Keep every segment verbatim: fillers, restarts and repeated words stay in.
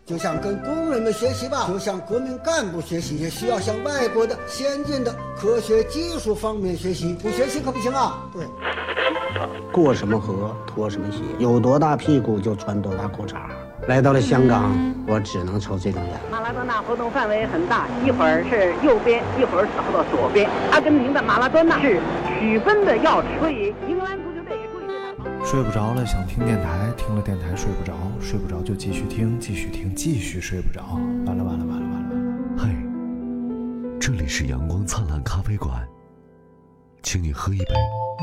就想跟工人们学习吧，就像革命干部学习，也需要向外国的先进的科学技术方面学习，不学习可不行啊。对， 过什么河脱什么鞋，有多大屁股就穿多大裤衩。来到了香港，我只能抽这种烟。 马拉多纳活动范围很大，一会儿是右边，一会儿跑到左边。阿根廷的马拉多纳是区分的钥匙，所以英格兰足球队也注意这场。 睡不着了，想听电台，听了电台睡不着，睡不着就继续听，继续听，继续睡不着。完了完了完了完了！ 嗨，这里是阳光灿烂咖啡馆，请你喝一杯。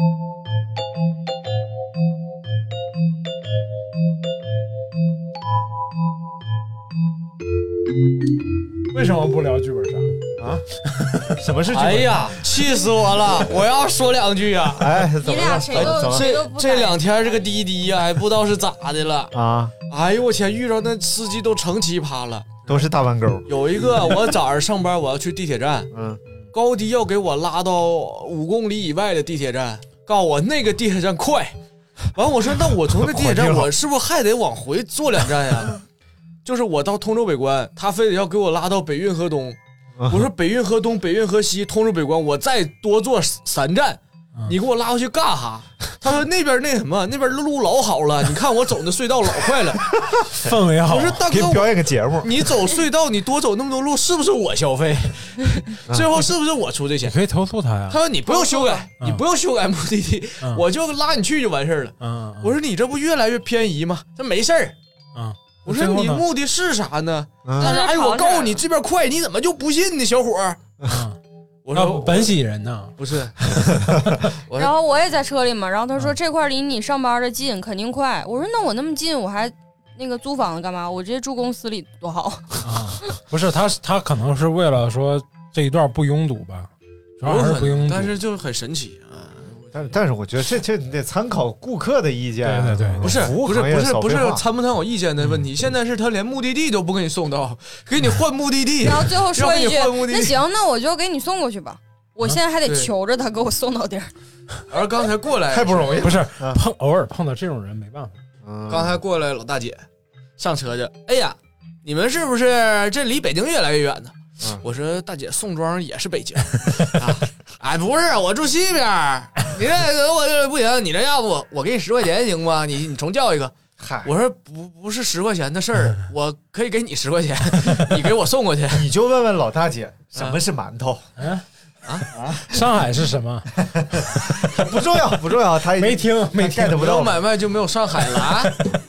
为什么不聊剧本杀啊？什么是剧本杀？ 哎呀，气死我了！我要说两句啊！ 哎， 你俩谁都谁都不这这两天这个滴滴呀、啊，还不知道是咋的了啊！ 哎呦我天，遇着那司机都成奇葩了， 都是大弯钩。 有一个，我早上上班我要去地铁站，嗯，高低要给我拉到五公里以外的地铁站，告诉我那个地铁站快。完我说那我从那地铁站我是不是还得往回坐两站呀？就是我到通州北关，他非得要给我拉到北运河东。我说北运河东、北运河西、通州北关，我再多坐三站，你给我拉回去干哈？他说那边那什么，那边路老好了，你看我走那隧道老快了， 氛围好。 我说大哥， 给你表演个节目， 你走隧道，你多走那么多路，是不是我消费？最后是不是我出这钱？ 你可以投诉他呀。 他说你不用修改， 嗯、 你不用修改目的地，嗯、我就拉你去就完事了。嗯，我说你这不越来越偏移吗？这没事儿。嗯。我说你目的是啥呢？他说：“哎，我告诉你这边快，你怎么就不信呢，小伙儿？”我说：“ 本溪人呢？ 不是。” 然后我也在车里嘛，然后他说：“这块离你上班的近，肯定快。”我说：“那我那么近，我还那个租房子干嘛？我直接住公司里多好。” 啊，不是他，他可能是为了说这一段不拥堵吧，主要是不拥堵， 但是就很神奇啊。 但但是我觉得这这你得参考顾客的意见， 对对对， 不是不是不是不是参不参考意见的问题，现在是他连目的地都不给你送到，给你换目的地， 然后最后说一句，那行，那我就给你送过去吧，我现在还得求着他给我送到地儿。 而刚才过来太不容易，不是碰偶尔碰到这种人没办法。 刚才过来老大姐上车去，哎呀，你们是不是这离北京越来越远呢？嗯、我说大姐，宋庄也是北京啊！哎，不是，我住西边。你这我这不行，你这要不我给你十块钱行吗？你你重叫一个。嗨，我说不不是十块钱的事儿，我可以给你十块钱，你给我送过去。 你就问问老大姐什么是馒头？ 嗯啊啊！上海是什么？ 不重要不重要，他没听没 get 不到。 没有买卖就没有上海了啊！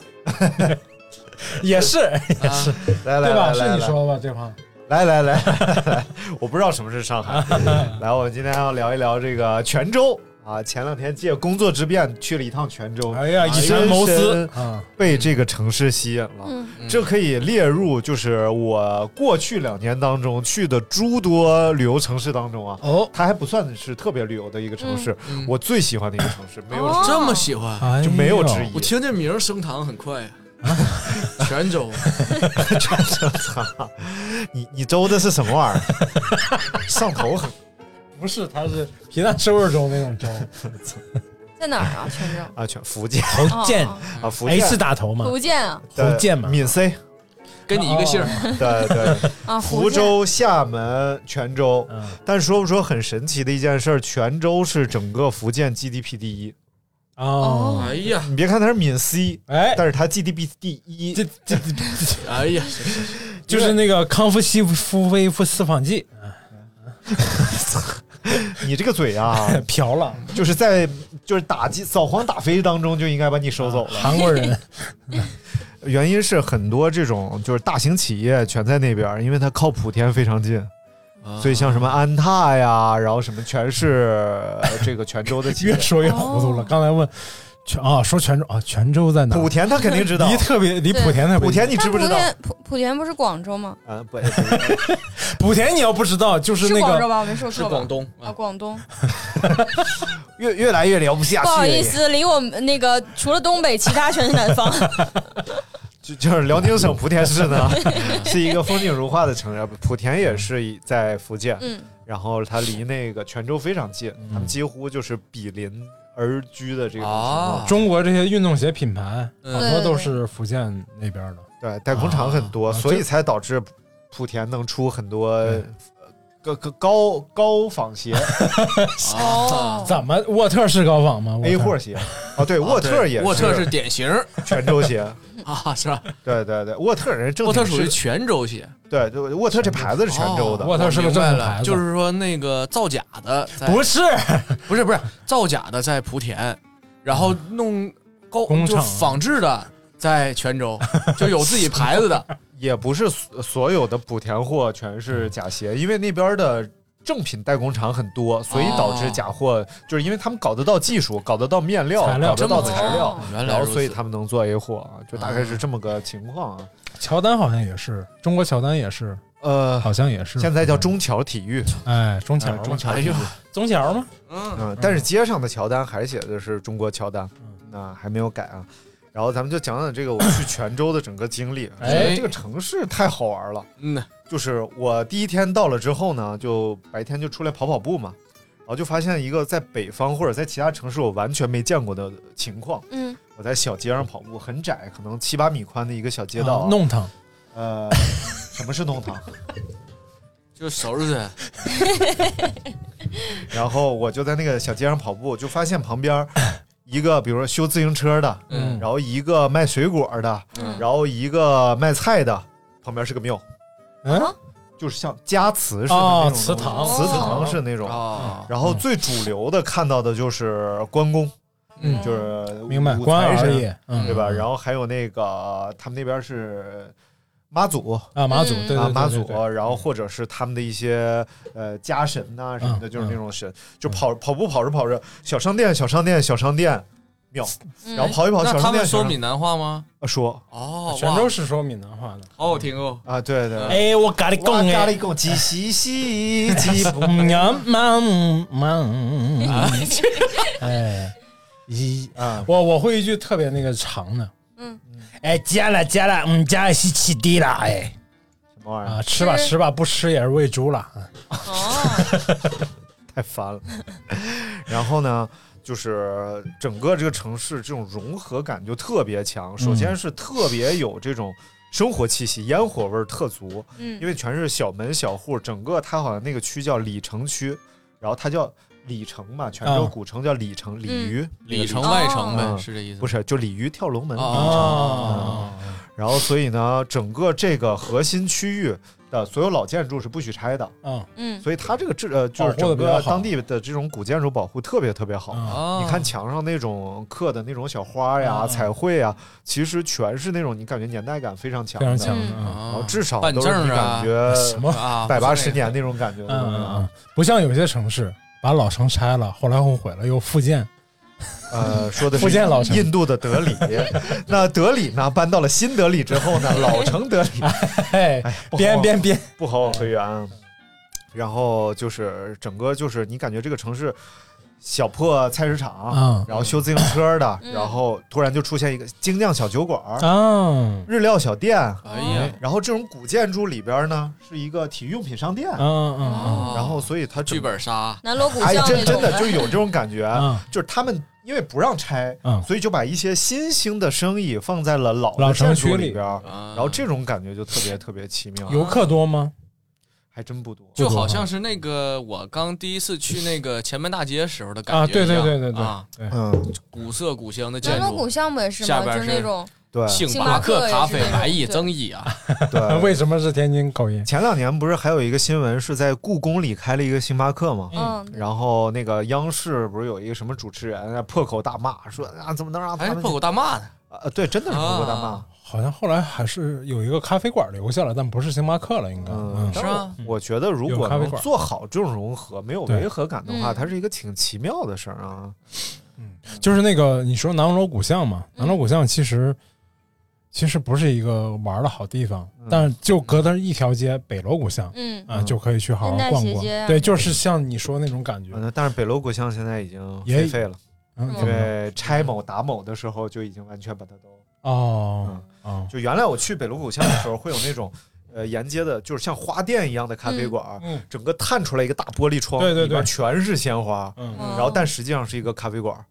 也是也是， 啊、来来对吧？ 来来是你说吧，这话。 来来来来，我不知道什么是上海。来，我们今天要聊一聊这个泉州啊。前两天借工作之便去了一趟泉州， 哎呀，以身谋私， 被这个城市吸引了。嗯、这可以列入就是我过去两年当中去的诸多旅游城市当中啊。哦，它还不算是特别旅游的一个城市，嗯、我最喜欢的一个城市，没有、 哦、这么喜欢， 就没有之一。 我听这名升堂很快呀、啊。泉州， 泉州，你你州的是什么玩意儿？上头很， 不是，它是皮蛋瘦肉粥那种粥。 在哪儿啊？泉州啊，泉福建， 福建啊，福建 H 打头嘛？ 福建啊， 福建嘛， 闽 C， 跟你一个姓。 对对啊，福州、厦门、泉州。嗯，但说不说很神奇的一件事，泉州是整个福建 G D P 第一。 哦， 哎呀， 你别看它是闽 C， 哎， 但是它 G D P 第一， 这这哎呀， 就是那个康复西夫威夫私访记。 你这个嘴啊， 瓢了， 就是在就是打击扫黄打非当中就应该把你收走了。 啊、韩国人， 原因是很多这种就是大型企业全在那边，因为它靠莆田非常近。所以像什么安踏呀，然后什么全是这个泉州的企业。 越说越糊涂了。刚才问泉啊，说泉州啊，泉州在哪？ 莆田他肯定知道， 离特别离莆田特别。 莆田你知不知道？ 莆莆田不是广州吗？ 啊不， 莆田你要不知道就是那个。 是广州吧？我没说错吧？ 是广东啊，广东。 越越来越聊不下去。 不好意思，离我们那个除了东北，其他全是南方。 就就是辽宁省莆田市呢，是一个风景如画的城市。莆田也是在福建，嗯，然后它离那个泉州非常近，他们几乎就是比邻而居的这种情况。 啊、中国这些运动鞋品牌好多都是福建那边的， 对，代工厂很多，啊、所以才导致莆田能出很多。高高高仿鞋哦，怎么沃特是高仿吗 ？A 货鞋哦，对，沃特也是， 沃特是典型泉州鞋啊，是吧？ 对对对，沃特人正沃特属于泉州鞋， 对对，沃特这牌子是泉州的， 沃特是个正牌子， 就是说那个造假的不是不是不是造假的在莆田，然后弄高工厂仿制的在泉州，就有自己牌子的。 也不是所有的莆田货全是假鞋，因为那边的正品代工厂很多，所以导致假货，哦、就是因为他们搞得到技术，搞得到面料，搞得到材料，然后所以他们能做 A 货，就大概是这么个情况啊。 乔丹好像也是，中国乔丹也是， 呃， 好像也是， 现在叫中乔体育， 哎，中乔， 哎、中乔体育， 中乔吗？ 嗯嗯，但是街上的乔丹还写的是中国乔丹，那、嗯、还没有改啊。然后咱们就讲讲这个我去泉州的整个经历，哎，这个城市太好玩了。嗯，就是我第一天到了之后呢，就白天就出来跑跑步嘛，然后就发现一个在北方或者在其他城市我完全没见过的情况。嗯，我在小街上跑步，很窄，可能七八米宽的一个小街道、啊啊。弄堂， 呃，什么是弄堂？ 就是收拾的。 然后我就在那个小街上跑步，就发现旁边。一个比如说修自行车的，嗯，然后一个卖水果的，嗯，然后一个卖菜的，旁边是个庙，嗯，就是像家祠似的那种、哦、 祠堂， 祠堂是那种、哦，然后最主流的看到的就是关公，嗯，就是明白关二爷， 嗯，对吧？然后还有那个他们那边是。妈祖啊，妈祖，对对对， 妈祖，然后或者是他们的一些呃家神呐、啊、什么的，就是那种神，就跑跑步跑着跑着，小商店小商店小商店庙，然后跑一跑小商店。 那他们说闽南话吗？ 说哦， 泉州是说闽南话的， 好好听哦啊，对对。 哎，我咖喱贡哎， 咖喱贡鸡西西鸡不娘妈妈，哎，一啊，我我会一句特别那个长的。哎，加了加了，嗯，加了是起地了，哎， 什么玩意儿啊？吃吧吃吧，不吃也是喂猪了。 哦，太烦了。然后呢，就是整个这个城市这种融合感就特别强。首先是特别有这种生活气息，烟火味特足。嗯，因为全是小门小户，整个它好像那个区叫里城区，然后它叫。里城嘛，泉州古城叫里城，鲤鱼， 里城外城呗，是这意思？ 不是，就鲤鱼跳龙门。哦，然后所以呢，整个这个核心区域的所有老建筑是不许拆的。嗯嗯，所以它这个治呃，就是整个当地的这种古建筑保护特别特别好。你看墙上那种刻的那种小花呀、彩绘啊，其实全是那种你感觉年代感非常强， 非常强的。 然后至少都是你感觉什么百八十年那种感觉。 嗯嗯，不像有些城市。把老城拆了，后来后悔了，又复建。 呃，说的是复建老城， 印度的德里。那德里呢，搬到了新德里之后呢，老城德里， 哎，编编编， 不好往回圆。然后就是整个就是你感觉这个城市。小破菜市场，嗯，然后修自行车的，嗯、然后突然就出现一个精酿小酒馆，嗯，日料小店，哎呀，然后这种古建筑里边呢是一个体育用品商店，嗯嗯，嗯然后所以它剧本杀， 南锣鼓巷哎，真真的就有这种感觉，嗯、就是他们因为不让拆，嗯，所以就把一些新兴的生意放在了老的建筑里边，然后这种感觉就特别特别奇妙。 游客多吗？ 还真不多， 就好像是那个我刚第一次去那个前门大街时候的感觉啊，对对对对对啊，嗯，古色古香的建筑， 南锣鼓巷不也是吗？ 下边是那种对星巴克咖啡买一赠一啊， 对， 为什么是天津口音？ 前两年不是还有一个新闻是在故宫里开了一个星巴克吗？嗯，然后那个央视不是有一个什么主持人破口大骂，说啊怎么能让他们破口大骂呢？ 呃，对，真的是破口大骂。 啊好像后来还是有一个咖啡馆留下了，但不是星巴克了，应该。 嗯，是啊。我觉得如果能做好这种融合，没有违和感的话，它是一个挺奇妙的事儿啊。 嗯，就是那个你说南锣鼓巷嘛，南锣鼓巷其实其实不是一个玩的好地方，嗯、但是就隔着一条街，北锣鼓巷，嗯啊，就可以去好好逛逛。对，就是像你说那种感觉。 嗯、但是北锣鼓巷现在已经废废了，嗯、因为拆某打某的时候就已经完全把它都。 哦， 嗯，哦，就原来我去北锣鼓巷的时候，会有那种，呃，沿街的，就是像花店一样的咖啡馆，嗯，整个探出来一个大玻璃窗， 对对对， 里边全是鲜花，嗯，然后但实际上是一个咖啡馆，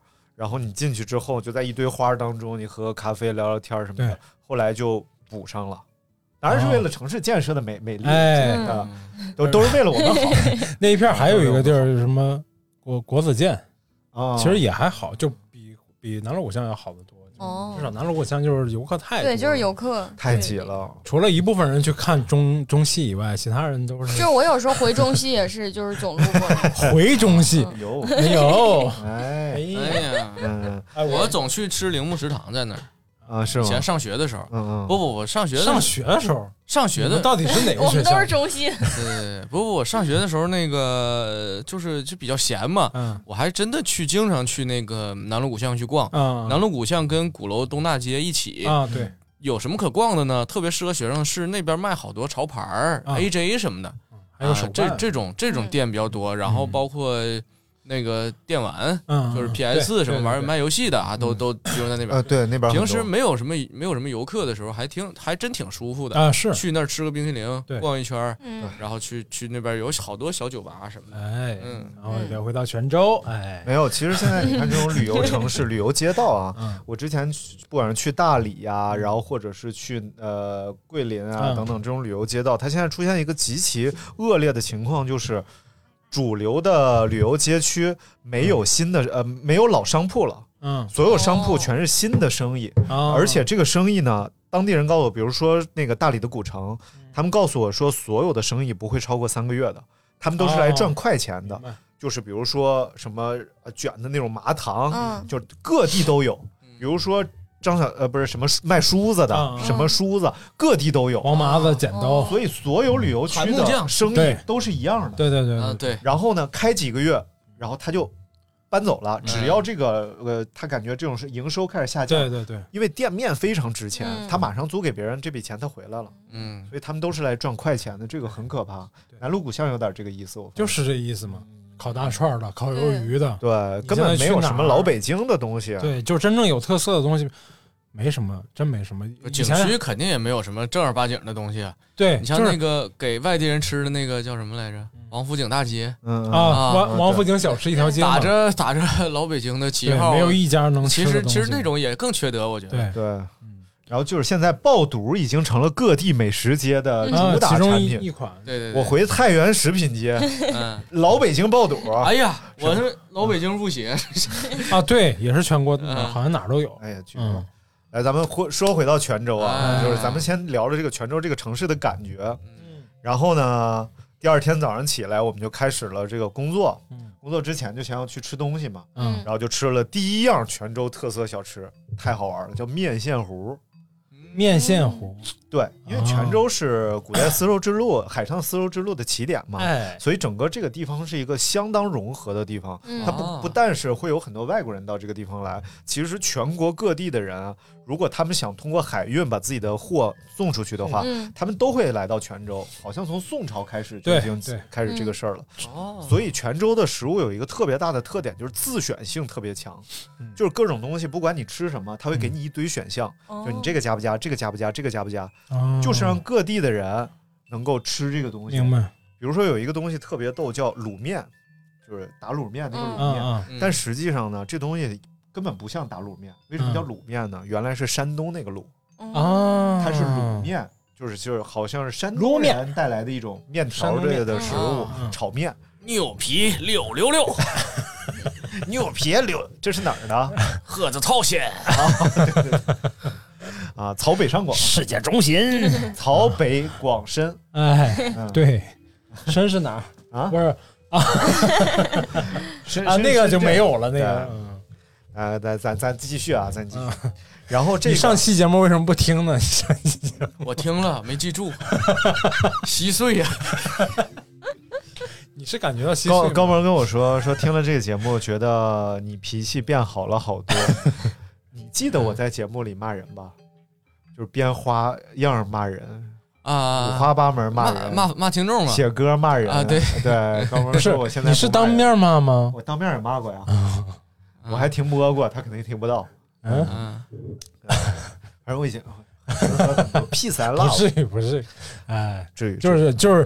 然后你进去之后就在一堆花当中，你喝咖啡聊聊天什么的，后来就补上了。当然是为了城市建设的美美丽， 哎， 都都是为了我们好。 那一片还有一个地儿是什么国国子监啊， 其实也还好，就比比南锣鼓巷要好得多。哦，至少南锣鼓巷就是游客太多， 对，就是游客太挤了。 除了一部分人去看中中戏以外，其他人都是。 就是我有时候回中戏也是，就是总路过。 回中戏有没有？ 哎呀，嗯，我总去吃铃木食堂，在那儿。 啊，是吗？ 以前上学的时候， 嗯嗯， 不不，我上学的上学的时候， 上学的到底是哪个学校？ 我们都是中戏。 对，不不，我上学的时候那个就是就比较闲嘛，嗯，我还真的去经常去那个南锣鼓巷去逛，嗯，南锣鼓巷跟鼓楼东大街一起啊，对， 有什么可逛的呢？特别适合学生是那边卖好多潮牌儿、啊、A J 什么的， 还有手办、 啊、这这种这种店比较多，然后包括。那个电玩，嗯，就是 P S 什么玩意儿卖游戏的啊，都都集中在那边。 呃，对，那边平时没有什么没有什么游客的时候，还挺还真挺舒服的啊。是去那儿吃个冰淇淋，逛一圈，嗯，然后去去那边有好多小酒吧什么的。 哎，嗯，然后聊回到泉州，哎， 没有。其实现在你看这种旅游城市、旅游街道啊，嗯、我之前不管是去大理呀、啊，然后或者是去呃桂林啊、嗯、等等这种旅游街道，它现在出现一个极其恶劣的情况，就是。主流的旅游街区没有新的、嗯、呃没有老商铺了，嗯，所有商铺全是新的生意，哦、而且这个生意呢，当地人告诉我，比如说那个大理的古城，嗯、他们告诉我说，所有的生意不会超过三个月的，他们都是来赚快钱的，哦、就是比如说什么卷的那种麻糖，嗯、就各地都有，比如说。张小呃不是什么卖梳子的，嗯、什么梳子各地都有， 黄麻子、剪刀， 所以所有旅游区的生意都是一样的。 对对对对, 对, 对。 然后呢，开几个月，然后他就搬走了。只要这个呃，他感觉这种是营收开始下降， 对对对， 因为店面非常值钱，嗯、他马上租给别人，这笔钱他回来了。嗯，所以他们都是来赚快钱的，这个很可怕。南锣鼓巷有点这个意思，我就是这意思嘛。烤大串的，烤鱿鱼的， 对，根本没有什么老北京的东西。 对，就真正有特色的东西。没什么，真没什么。 景区肯定也没有什么正儿八经的东西。 对， 你像那个给外地人吃的那个叫什么来着？王府井大街。 嗯啊，王王府井小吃一条街， 打着打着老北京的旗号， 没有一家能吃的东西。其实其实那种也更缺德，我觉得。 对对，嗯。然后就是现在爆肚已经成了各地美食街的主打产品。 一款。 对对对。 我回太原食品街，嗯，老北京爆肚。 哎呀，我是老北京入鞋。 啊，对，也是全国，好像哪儿都有。 哎呀，巨多。来，咱们说回到泉州啊，哎、就是咱们先聊了这个泉州这个城市的感觉。嗯，然后呢，第二天早上起来，我们就开始了这个工作。嗯，工作之前就先要去吃东西嘛。嗯，然后就吃了第一样泉州特色小吃，太好玩了，叫面线糊。 面线糊， 对，因为泉州是古代丝绸之路、哦、海上丝绸之路的起点嘛，哎，所以整个这个地方是一个相当融合的地方。嗯、它不不但是会有很多外国人到这个地方来，其实全国各地的人啊，如果他们想通过海运把自己的货送出去的话，嗯、他们都会来到泉州。好像从宋朝开始就已经开始这个事儿了。哦，所以泉州的食物有一个特别大的特点，就是自选性特别强，嗯、就是各种东西，不管你吃什么，他会给你一堆选项，嗯、就你这个加不加。这个加不加？这个加不加？哦、就是让各地的人能够吃这个东西。 明白。 比如说有一个东西特别逗，叫卤面，就是打卤面那个卤面。嗯嗯、但实际上呢，这东西根本不像打卤面。为什么叫卤面呢？嗯、原来是山东那个卤啊，它是卤面，就是就是好像是山东人带来的一种面条之类的食物，嗯、炒面。 牛皮六六六。 牛皮六，这是哪儿的？ 鹤子朝鲜啊，对对对。啊，曹北上广世界中心， 曹北广深， 哎，嗯、对，深是哪儿啊？不是啊， 啊， 那个就没有了，那个， 嗯，呃，咱咱咱继续啊，咱继续。嗯、然后这个、 你上期节目为什么不听呢？上期节目我听了，没记住，稀碎呀。 你是感觉到稀碎吗？ 高高萌跟我说说，听了这个节目，觉得你脾气变好了好多。你记得我在节目里骂人吧？就是编花样骂人啊， 五花八门骂人， 骂骂听众嘛， 写歌骂人啊，对对。高萌说我现在你是当面骂吗？ 我当面也骂过呀，嗯、我还停播过，他肯定听不到。嗯嗯，反正我已经屁三了， 不至于不至于，哎， 至于就是就是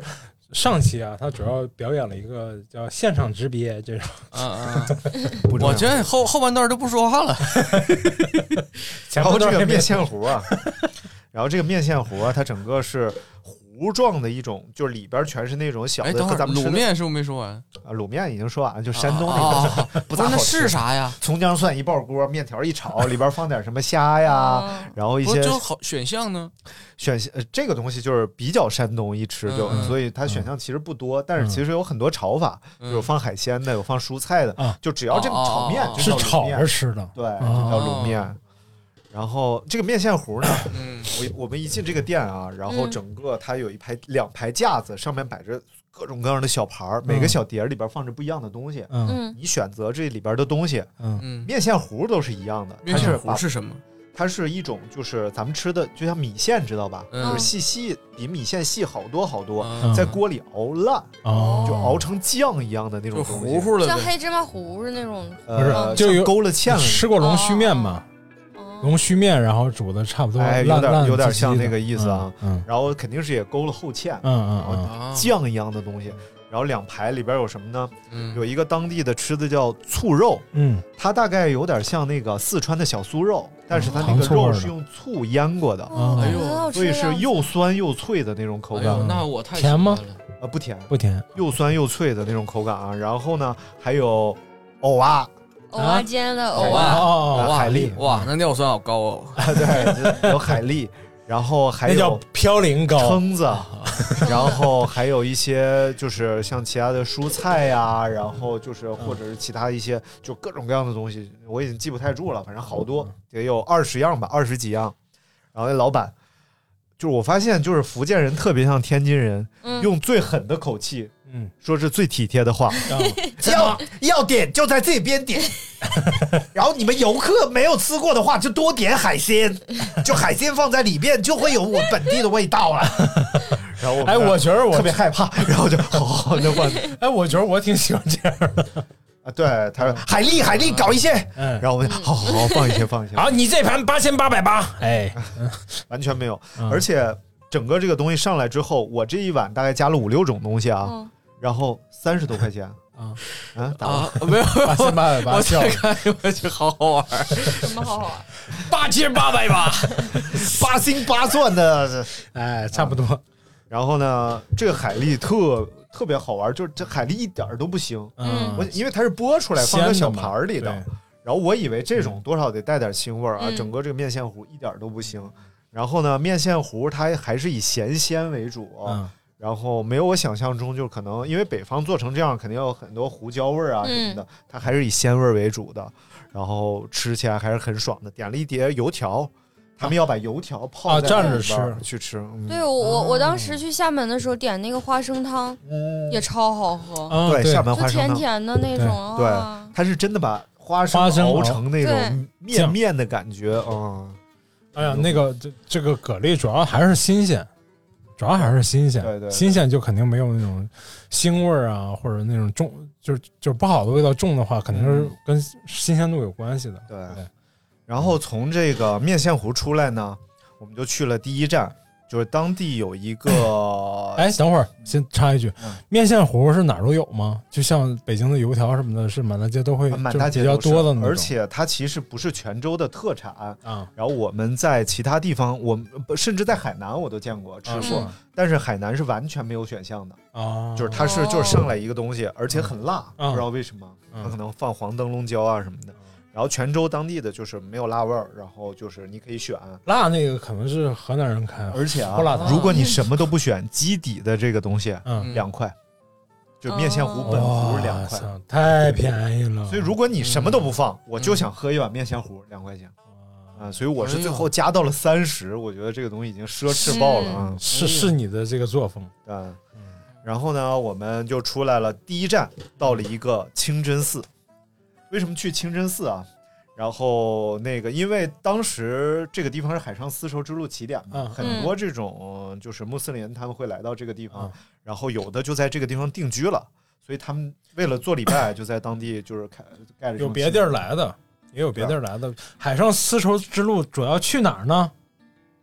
上期啊，他主要表演了一个叫现场直憋这种。 嗯嗯，我觉得后后半段都不说话了。 然后这个面线糊啊，然后这个面线糊啊，它整个是糊状的一种，就是里边全是那种小的。 哎，等会儿卤面是不是没说完啊？卤面已经说完了，就山东那个、啊、不咋好吃。 那是啥呀？ 葱姜蒜一爆锅，面条一炒，里边放点什么虾呀，啊、然后一些就好选项呢。 选呃这个东西就是比较山东一吃就，嗯、所以它选项其实不多，嗯、但是其实有很多炒法，嗯、有放海鲜的，有放蔬菜的，嗯、就只要这个炒面、 哦、 就叫是炒着吃的， 对，就叫卤面。然后这个面线糊呢，嗯，我我们一进这个店啊，然后整个它有一排两排架子，上面摆着各种各样的小盘儿，每个小碟里边放着不一样的东西，嗯，你选择这里边的东西，嗯，面线糊都是一样的。 面线糊是什么？ 它是一种就是咱们吃的，就像米线，知道吧？嗯、就是细细比米线细好多好多，嗯、在锅里熬烂，哦，就熬成酱一样的那种东西， 糊糊的， 像黑芝麻糊是那种， 呃， 就有勾了芡了。 吃过龙须面吗？龙须面，然后煮的差不多， 哎，有点有点像那个意思啊。嗯，然后肯定是也勾了厚芡，嗯嗯嗯，酱一样的东西。然后两排里边有什么呢？嗯，有一个当地的吃的叫醋肉，嗯，它大概有点像那个四川的小酥肉，但是它那个肉是用醋腌过的， 哎呦， 所以是又酸又脆的那种口感。 哎、那我太甜吗？ 呃，不甜， 不甜， 又酸又脆的那种口感啊。然后呢，还有藕啊。 藕啊煎的藕啊， 哦，海蛎， 哇，那尿酸好高哦。 对，有海蛎，然后还有那叫嘌呤膏蛏子，然后还有一些就是像其他的蔬菜呀，然后就是或者是其他一些就各种各样的东西，我已经记不太住了，反正好多，也有二十样吧，二十几样。然后那老板，就是我发现就是福建人特别像天津人，嗯、用最狠的口气。嗯，说是最体贴的话，要要点就在这边点，然后你们游客没有吃过的话就多点海鲜，就海鲜放在里面就会有我本地的味道了。然后我哎，我觉得我特别害怕，然后就好好的换。 哎，我觉得我挺喜欢这样的啊。对，他说海蛎海蛎搞一些，嗯，然后我们好好好放一些放一些。 好，你这盘八千八百八，哎， 完全没有，而且整个这个东西上来之后，我这一碗大概加了五六种东西啊。嗯，然后三十多块钱啊啊！打啊没有八千八百八， 我再看我去好好玩， 什么好好玩？ 八千八百八， 八星八钻的， 哎，差不多。 啊、然后呢，这个海蛎特特别好玩，就是这海蛎一点都不腥，嗯，我因为它是剥出来放在小盘里的，然后我以为这种多少得带点腥味啊，嗯、整个这个面线糊一点都不腥。然后呢，面线糊它还是以咸鲜为主。嗯，然后没有我想象中就可能因为北方做成这样肯定有很多胡椒味啊什么的，嗯、它还是以鲜味为主的，然后吃起来还是很爽的。点了一碟油条，他们要把油条泡在蘸着吃去吃。嗯、 对我我我当时去厦门的时候点那个花生汤，嗯、也超好喝。 嗯、对，厦门花生汤就甜甜的那种。 对，对它是真的把花生熬成那种面面的感觉。嗯， 哎呀，那个这这个蛤蜊主要还是新鲜。主要还是新鲜， 对对， 新鲜就肯定没有那种腥味儿啊，或者那种重，就是就是不好的味道重的话，肯定是跟新鲜度有关系的。 对，对然后从这个面线糊出来呢，我们就去了第一站，就是当地有一个， 哎，等会儿先插一句，嗯、面线糊是哪儿都有吗？就像北京的油条什么的，是满大街都会， 满大街比较多的那种。 而且它其实不是泉州的特产啊。嗯、然后我们在其他地方，我甚至在海南我都见过吃过，嗯、但是海南是完全没有选项的啊，就是它是就是上来一个东西，而且很辣，嗯、不知道为什么，它、嗯、可能放黄灯笼椒啊什么的。然后泉州当地的就是没有辣味儿，然后就是你可以选辣那个可能是河南人开， 而且啊，如果你什么都不选，基底的这个东西，嗯，两块，就面线糊本糊两块， 哦，太便宜了。 所以如果你什么都不放，嗯、我就想喝一碗面线糊，两块钱，啊，所以我是最后加到了三十，我觉得这个东西已经奢侈爆了啊， 是是你的这个作风， 嗯，然后呢，我们就出来了，第一站到了一个清真寺。为什么去清真寺啊？然后那个，因为当时这个地方是海上丝绸之路起点嘛，嗯、很多这种就是穆斯林他们会来到这个地方，嗯、然后有的就在这个地方定居了，所以他们为了做礼拜，就在当地就是开盖了。 有别地儿来的，也有别地儿来的。海上丝绸之路主要去哪儿呢？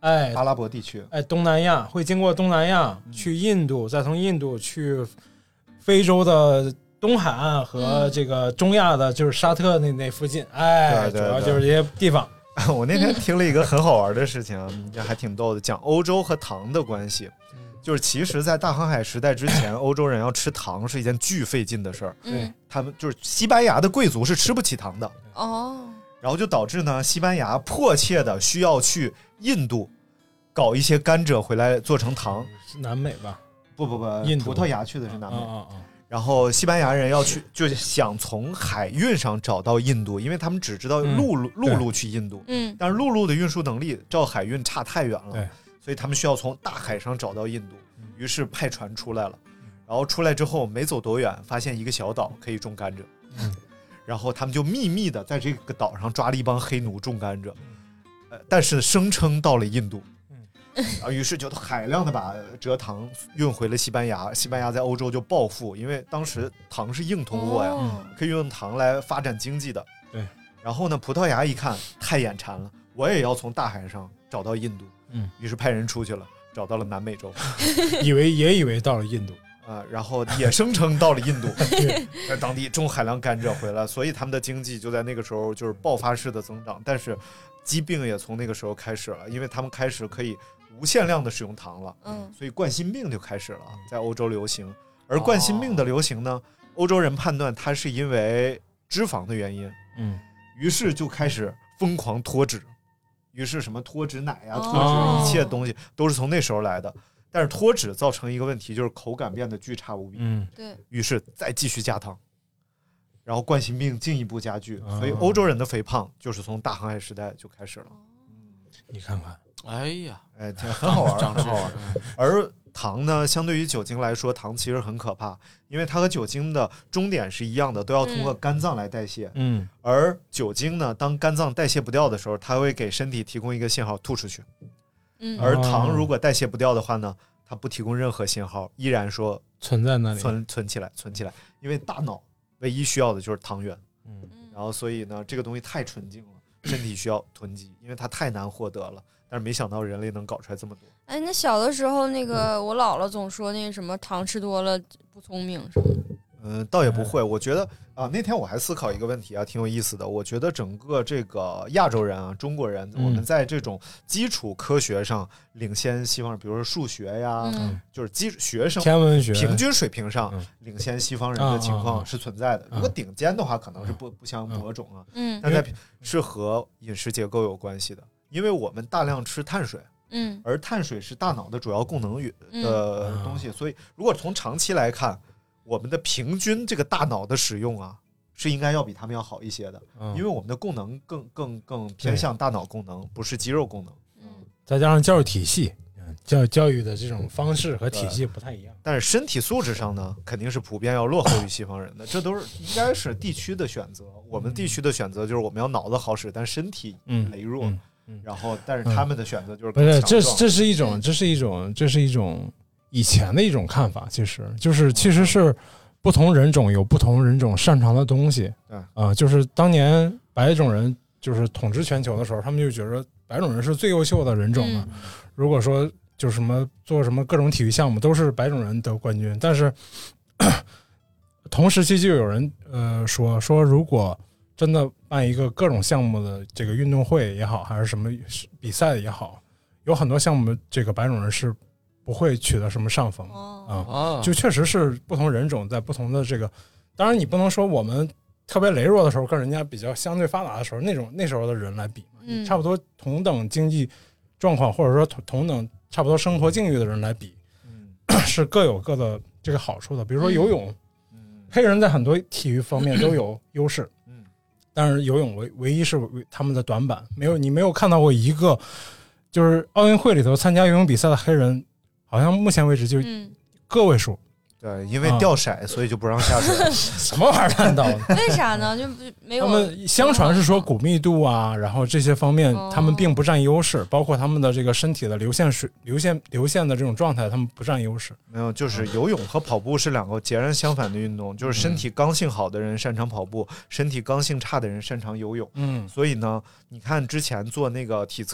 哎， 阿拉伯地区， 哎，东南亚会经过东南亚、嗯、去印度，再从印度去非洲的东海岸和这个中亚的，就是沙特那那附近，哎， 对对对， 主要就是这些地方。 我那天听了一个很好玩的事情，这还挺逗的，讲欧洲和糖的关系。就是其实，在大航海时代之前，欧洲人要吃糖是一件巨费劲的事儿。 嗯， 他们就是西班牙的贵族是吃不起糖的。 哦， 然后就导致呢，西班牙迫切的需要去印度搞一些甘蔗回来做成糖。 是南美吧？ 不不不， 印度葡萄牙去的是南美。 啊啊啊！ 然后西班牙人要去，就是想从海运上找到印度，因为他们只知道陆路、嗯、陆路去印度， 嗯， 但是陆路的运输能力照海运差太远了， 对， 所以他们需要从大海上找到印度，于是派船出来了，然后出来之后没走多远，发现一个小岛可以种甘蔗， 嗯， 然后他们就秘密的在这个岛上抓了一帮黑奴种甘蔗，呃，但是声称到了印度。啊，于是就海量的把蔗糖运回了西班牙，西班牙在欧洲就暴富，因为当时糖是硬通货呀， 哦、 可以用糖来发展经济的。 对。 然后呢，葡萄牙一看太眼馋了，我也要从大海上找到印度， 嗯， 于是派人出去了，找到了南美洲， 以为也以为到了印度啊、呃，然后也声称到了印度，在当地种海量甘蔗回来，所以他们的经济就在那个时候就是爆发式的增长，但是疾病也从那个时候开始了，因为他们开始可以无限量的使用糖了， 嗯， 所以冠心病就开始了，在欧洲流行。而冠心病的流行呢，欧洲人判断它是因为脂肪的原因， 嗯， 于是就开始疯狂脱脂，于是什么脱脂奶呀、啊、脱脂一切东西都是从那时候来的。但是脱脂造成一个问题，就是口感变得巨差无比， 嗯， 对， 于是再继续加糖，然后冠心病进一步加剧，所以欧洲人的肥胖就是从大航海时代就开始了。 你看看。 哎呀， 哎，很好玩，很好玩。而糖呢，相对于酒精来说，糖其实很可怕，因为它和酒精的终点是一样的，都要通过肝脏来代谢。 嗯。 而酒精呢，当肝脏代谢不掉的时候，它会给身体提供一个信号，吐出去。 嗯。 而糖如果代谢不掉的话呢，它不提供任何信号，依然说存在那里， 存存起来，存起来。因为大脑唯一需要的就是糖原。 嗯。 然后，所以呢，这个东西太纯净了，身体需要囤积，因为它太难获得了。但是没想到人类能搞出来这么多。 哎，那小的时候，那个我姥姥总说那什么糖吃多了不聪明什么。 嗯，倒也不会。我觉得啊，那天我还思考一个问题啊，挺有意思的。我觉得整个这个亚洲人啊，中国人， 嗯、 我们在这种基础科学上领先西方人，比如说数学呀， 嗯、 就是基学生天文学平均水平上领先西方人的情况是存在的。 嗯、 如果顶尖的话，可能是不不相伯仲啊。 嗯， 但在是和饮食结构有关系的，因为我们大量吃碳水。 嗯， 而碳水是大脑的主要供能的东西，嗯、所以如果从长期来看，我们的平均这个大脑的使用啊，是应该要比他们要好一些的，嗯、因为我们的功能更更更偏向大脑功能，不是肌肉功能。 嗯， 再加上教育体系，教教育的这种方式和体系不太一样。 但是身体素质上呢，肯定是普遍要落后于西方人的，这都是应该是地区的选择。我们地区的选择就是我们要脑子好使，但身体羸弱。 嗯嗯、然后，但是他们的选择就是不是这这是一种这是一种这是一种以前的一种看法，其实就是其实是不同人种有不同人种擅长的东西。 对啊、 呃，就是当年白种人就是统治全球的时候，他们就觉得白种人是最优秀的人种了。嗯、如果说就是什么做什么各种体育项目都是白种人得冠军，但是同时期就有人呃说说如果真的办一个各种项目的这个运动会也好，还是什么比赛也好，有很多项目这个白种人是不会取得什么上风啊、 哦嗯，就确实是不同人种在不同的这个，当然你不能说我们特别羸弱的时候跟人家比较相对发达的时候那种那时候的人来比嘛， 嗯、 差不多同等经济状况或者说同同等差不多生活境遇的人来比， 嗯、 是各有各的这个好处的。比如说游泳，嗯、黑人在很多体育方面都有优势。但是游泳唯唯一是他们的短板，没有你没有看到过一个就是奥运会里头参加游泳比赛的黑人，好像目前为止就个位数。 嗯、对，因为掉色、啊，所以就不让下水。 什么玩意儿烂到的？ 为啥呢？就没有。 他们相传是说骨密度啊，然后这些方面他们并不占优势，哦、包括他们的这个身体的流线水、流线、流线的这种状态，他们不占优势。 没有，就是游泳和跑步是两个截然相反的运动，就是身体刚性好的人擅长跑步，嗯、身体刚性差的人擅长游泳。 嗯， 所以呢，你看之前做那个体测，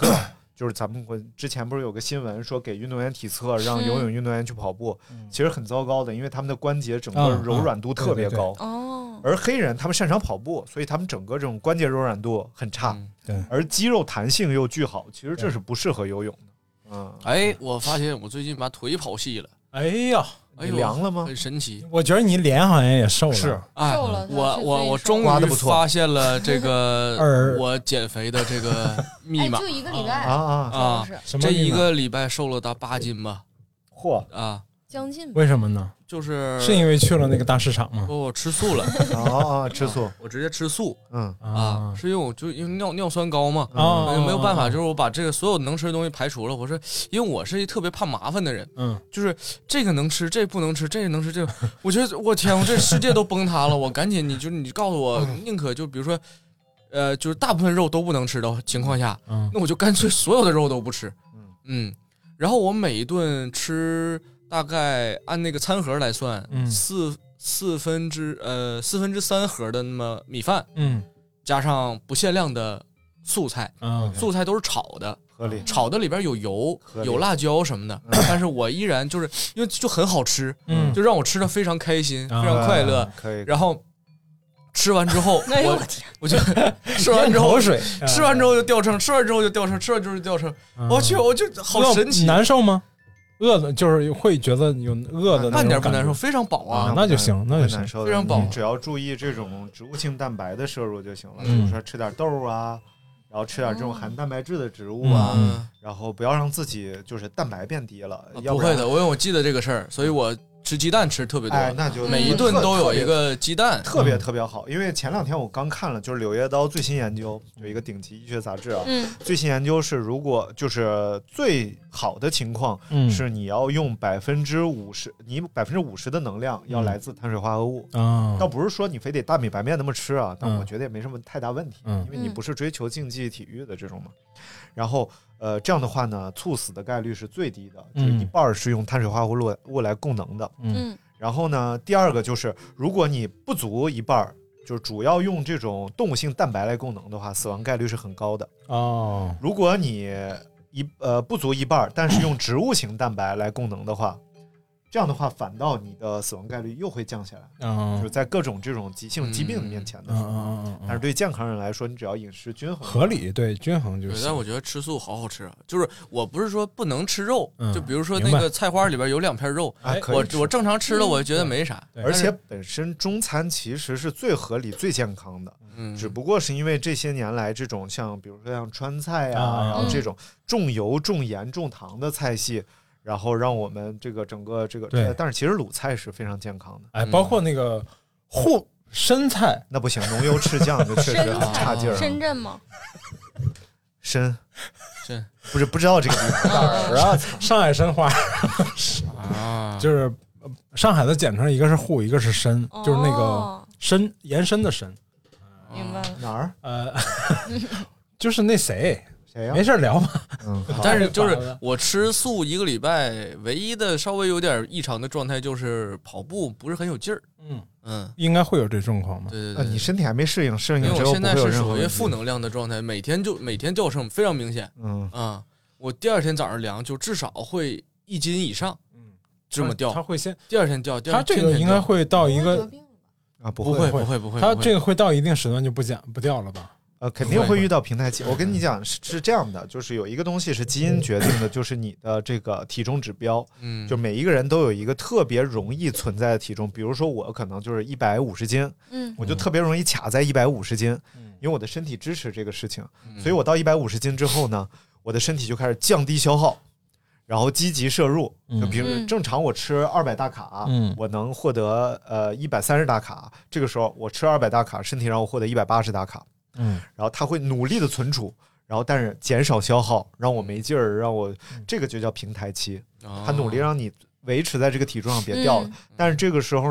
就是咱们之前不是有个新闻说给运动员体测，让游泳运动员去跑步，嗯、其实很糟糕的，因为他们的关节整个柔软度特别高。 哦、 而黑人他们擅长跑步，所以他们整个这种关节柔软度很差。 嗯、对。 而肌肉弹性又巨好，其实这是不适合游泳的。嗯。 哎，我发现我最近把腿跑细了。 哎呀。 哎呦， 凉了吗？ 很神奇。 我觉得你脸好像也瘦了。 是， 哎， 瘦了。 我我我终于发现了这个我减肥的这个密码。 哎、就一个礼拜啊啊啊！这一个礼拜瘦了达八斤吧。 嚯啊！ 将近。 为什么呢？ 就是是因为去了那个大市场吗？ 我吃素了。 啊啊！吃素， 我直接吃素。 嗯啊，是因为我就因为尿尿酸高嘛， 啊， 没有办法，就是我把这个所有能吃的东西排除了。我说，因为我是一特别怕麻烦的人， 嗯， 就是这个能吃，这不能吃，这个能吃，这个，我觉得我天，我这世界都崩塌了。我赶紧，你就你告诉我，宁可就比如说，呃，就是大部分肉都不能吃的情况下， 嗯， 那我就干脆所有的肉都不吃，嗯嗯，然后我每一顿吃。大概按那个餐盒来算， 嗯、 四四分之呃四分之三盒的那么米饭， 嗯， 加上不限量的素菜， 嗯， 素菜都是炒的， 合理， 炒的里边有油，有辣椒什么的，嗯、但是我依然就是因为就很好吃， 嗯， 就让我吃的非常开心，嗯、非常快乐， 可以， 然后。吃完之后， 哎、 我我就吃完之后， 口水， 吃完之后就掉秤，吃完之后就掉秤，吃完之后就掉秤。嗯、我去，我就好神奇， 难受吗？饿的，就是会觉得有饿的那种感觉， 半点不难受，非常饱啊， 啊那就行，那就行， 非常饱。 只要注意这种植物性蛋白的摄入就行了，比如说吃点豆啊，然后吃点这种含蛋白质的植物啊， 嗯、 然后不要让自己就是蛋白变低了。 啊、不会的，我因为我记得这个事儿，所以我。吃鸡蛋吃特别多， 哎，那就每一顿都有一个鸡蛋， 特别特别好。因为前两天我刚看了，就是《柳叶刀》最新研究，有一个顶级医学杂志啊， 嗯， 最新研究是，如果就是最好的情况， 嗯， 是你要用百分之五十，你百分之五十的能量要来自碳水化合物啊， 倒不是说你非得大米白面那么吃啊，但我觉得也没什么太大问题， 嗯， 因为你不是追求竞技体育的这种嘛。然后，呃，这样的话呢，猝死的概率是最低的，就是一半是用碳水化合物来供能的， 嗯。 然后呢，第二个就是，如果你不足一半，就是主要用这种动物性蛋白来供能的话，死亡概率是很高的。 哦， 如果你一呃不足一半，但是用植物型蛋白来供能的话，这样的话反倒你的死亡概率又会降下来。 哦， 就是在各种这种急性疾病面前的时候， 嗯嗯、 但是对健康人来说，你只要饮食均衡， 合理，对均衡就行。 但我觉得吃素好好吃啊，就是我不是说不能吃肉， 嗯、 就比如说那个菜花里边有两片肉， 哎、 我我正常吃了，我觉得没啥。 而且本身中餐其实是最合理、最健康的，嗯，只不过是因为这些年来这种像比如说像川菜啊， 啊然后这种重油、重盐、重糖的菜系。然后让我们这个整个这个， 对， 但是其实鲁菜是非常健康的， 哎，包括那个沪深菜， 那不行，浓油赤酱就确实很差劲儿。 深圳吗？ 深深不是不知道这个地方哪儿啊？ 上海申花啊， 就是上海的简称，一个是沪，一个是深， 哦、 就是那个深延伸的深。 明白了哪儿？ 呃，就是那谁。 谁呀？ 没事聊吧。 嗯， 但是就是我吃素一个礼拜，唯一的稍微有点异常的状态就是跑步不是很有劲儿。 嗯嗯， 应该会有这状况吗？ 对对对， 你身体还没适应，适应因为我现在是属于负能量的状态，每天就每天掉秤非常明显。 嗯啊，我第二天早上量就至少会一斤以上，嗯，这么掉。 它会先第二天掉， 它这个应该会到一个啊，不会不会不会， 它这个会到一定时段就不减不掉了吧？ 呃，肯定会遇到平台期。我跟你讲是是这样的，就是有一个东西是基因决定的，就是你的这个体重指标。 嗯， 就每一个人都有一个特别容易存在的体重，比如说我可能就是一百五十斤， 嗯， 我就特别容易卡在一百五十斤， 嗯， 因为我的身体支持这个事情，所以我到一百五十斤之后呢，我的身体就开始降低消耗，然后积极摄入。就比如正常我吃二百大卡， 嗯， 我能获得呃一百三十大卡，这个时候我吃二百大卡，身体让我获得一百八十大卡。 嗯， 然后它会努力的存储，然后但是减少消耗，让我没劲儿，让我这个就叫平台期。它努力让你维持在这个体重上别掉了， 嗯、 但是这个时候呢，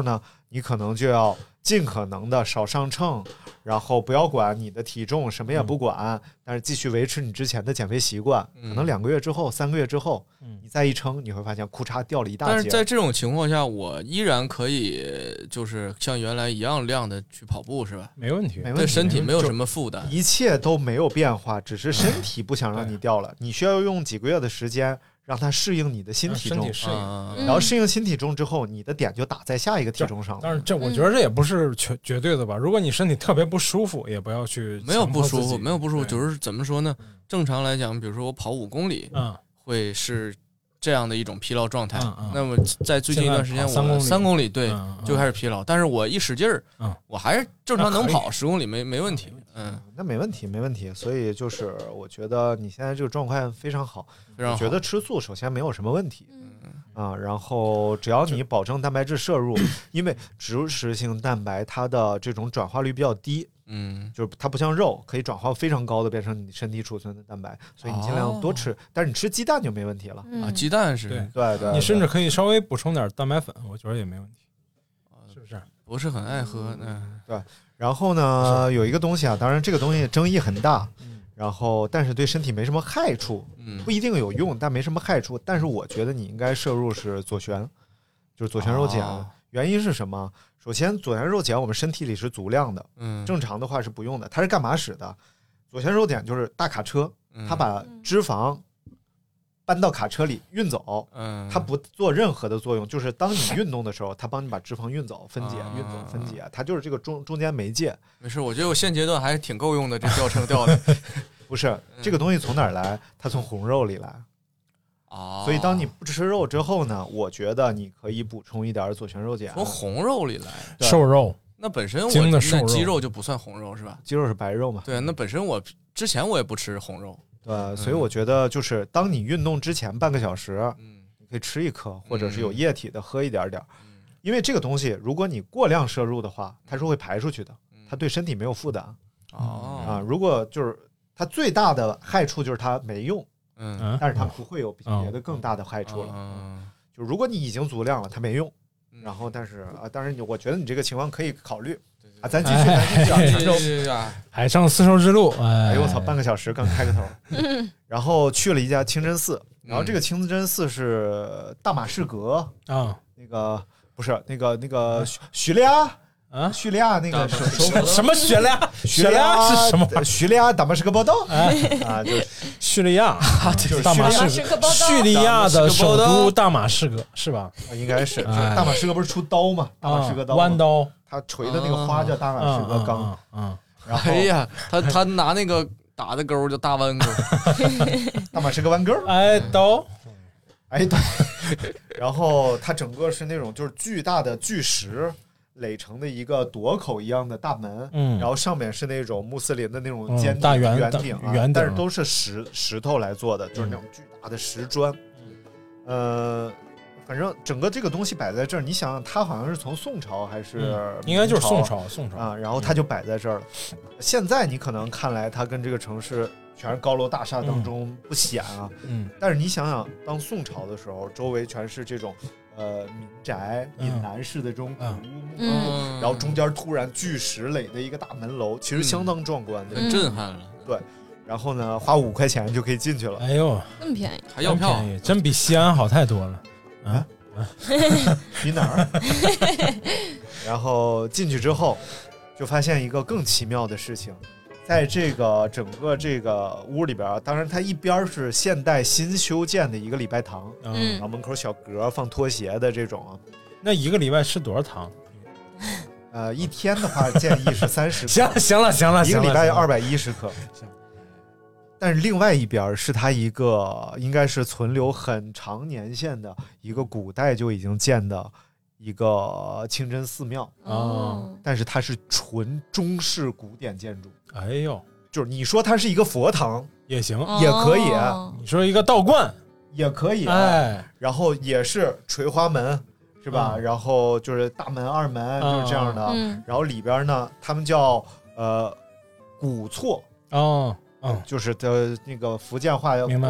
你可能就要尽可能的少上秤，然后不要管你的体重，什么也不管，嗯、但是继续维持你之前的减肥习惯。嗯、可能两个月之后、三个月之后，嗯、你再一称，你会发现裤衩掉了一大截。 但是在这种情况下，我依然可以就是像原来一样量的去跑步，是吧？ 没问题， 没问题， 对身体没有什么负担， 一切都没有变化，只是身体不想让你掉了。你需要用几个月的时间。让它适应你的新体重， 适应， 然后适应新体重之后，你的点就打在下一个体重上了。 但是这我觉得这也不是绝绝对的吧？如果你身体特别不舒服，也不要去。 没有不舒服，没有不舒服，就是怎么说呢？正常来讲，比如说我跑五公里，嗯，会是这样的一种疲劳状态。嗯、那么在最近一段时间，我三公里对、嗯、就开始疲劳，但是我一使劲儿，嗯，我还是正常能跑十公里没没问题。嗯， 那没问题，没问题。所以就是我觉得你现在这个状况非常好， 非常好。 我觉得吃素首先没有什么问题，嗯啊，然后只要你保证蛋白质摄入，因为植食性蛋白它的这种转化率比较低，嗯，就是它不像肉可以转化非常高的变成你身体储存的蛋白，所以你尽量多吃。哦、但是你吃鸡蛋就没问题了、 嗯、啊，鸡蛋是对对 对, 对， 你甚至可以稍微补充点蛋白粉，我觉得也没问题，是不是？ 不是很爱喝，嗯， 对。然后呢，有一个东西啊，当然这个东西争议很大，嗯、然后但是对身体没什么害处，嗯，不一定有用，但没什么害处。但是我觉得你应该摄入是左旋，就是左旋肉碱。哦、原因是什么？首先，左旋肉碱我们身体里是足量的，嗯，正常的话是不用的。它是干嘛使的？左旋肉碱就是大卡车，它把脂肪搬到卡车里运走，嗯，它不做任何的作用，就是当你运动的时候，它帮你把脂肪运走、分解、运走、分解，它就是这个中中间媒介。 没事，我觉得我现阶段还挺够用的，这掉秤掉的。 不是这个东西从哪儿来？它从红肉里来。哦，所以当你不吃肉之后呢，我觉得你可以补充一点左旋肉碱。 从红肉里来， 瘦肉。 那本身我那鸡肉就不算红肉是吧？ 鸡肉是白肉嘛？ 对，那本身我之前我也不吃红肉。 对，所以我觉得就是当你运动之前半个小时，嗯，你可以吃一颗，或者是有液体的喝一点点，嗯，因为这个东西如果你过量摄入的话，它是会排出去的，它对身体没有负担。哦啊，如果就是它最大的害处就是它没用，嗯，但是它不会有别的更大的害处了。嗯，就如果你已经足量了，它没用，然后但是啊，当然你我觉得你这个情况可以考虑。啊，咱继续，咱继续啊！ 海上丝绸之路， 哎呦我操，半个小时刚开个头，然后去了一家清真寺，然后这个清真寺是大马士革啊，那个不是那个那个叙利亚啊，叙利亚那个什么叙利亚？ 叙利亚是什么？ 叙利亚大马士革报道啊，就是叙利亚，就是大马士革，叙利亚的首都大马士革是吧？ 应该是，大马士革不是出刀吗？大马士革刀， 弯刀。 他锤的那个花叫大马士革钢， 嗯，然后哎呀，他他拿那个打的钩叫大弯钩， 大马士革弯钩， 哎刀， 哎对，然后它整个是那种就是巨大的巨石垒成的一个垛口一样的大门，嗯，然后上面是那种穆斯林的那种尖大圆圆顶， 圆顶， 但是都是石石头来做的，就是那种巨大的石砖，呃。反正整个这个东西摆在这儿，你想想，它好像是从宋朝还是、 嗯、应该就是宋朝，宋朝啊，然后它就摆在这儿了。嗯、现在你可能看来它跟这个城市全是高楼大厦当中不显啊，嗯，但是你想想，当宋朝的时候，周围全是这种呃民宅、闽南式的这种古屋木屋，嗯、然后中间突然巨石垒的一个大门楼，其实相当壮观的， 很、嗯、震撼了。 对，然后呢，花五块钱就可以进去了。 哎呦， 那么便宜， 还要票， 真比西安好太多了。啊， 比哪儿？然后进去之后，就发现一个更奇妙的事情，在这个整个这个屋里边，当然它一边是现代新修建的一个礼拜堂，嗯，然后门口小格放拖鞋的这种。 那一个礼拜吃多少糖？ 呃，一天的话建议是三十克。 行行了行了， 一个礼拜二百一十克。但是另外一边是它一个应该是存留很长年限的一个古代就已经建的一个清真寺庙啊、哦，但是它是纯中式古典建筑。 哎呦， 就是你说它是一个佛堂也行， 也可以。 哦、你说一个道观也可以， 哎， 然后也是垂花门是吧？嗯、然后就是大门二门、嗯、就是这样的。嗯、然后里边呢，他们叫呃古厝哦。 嗯，就是的那个福建话， 明白？ 呃，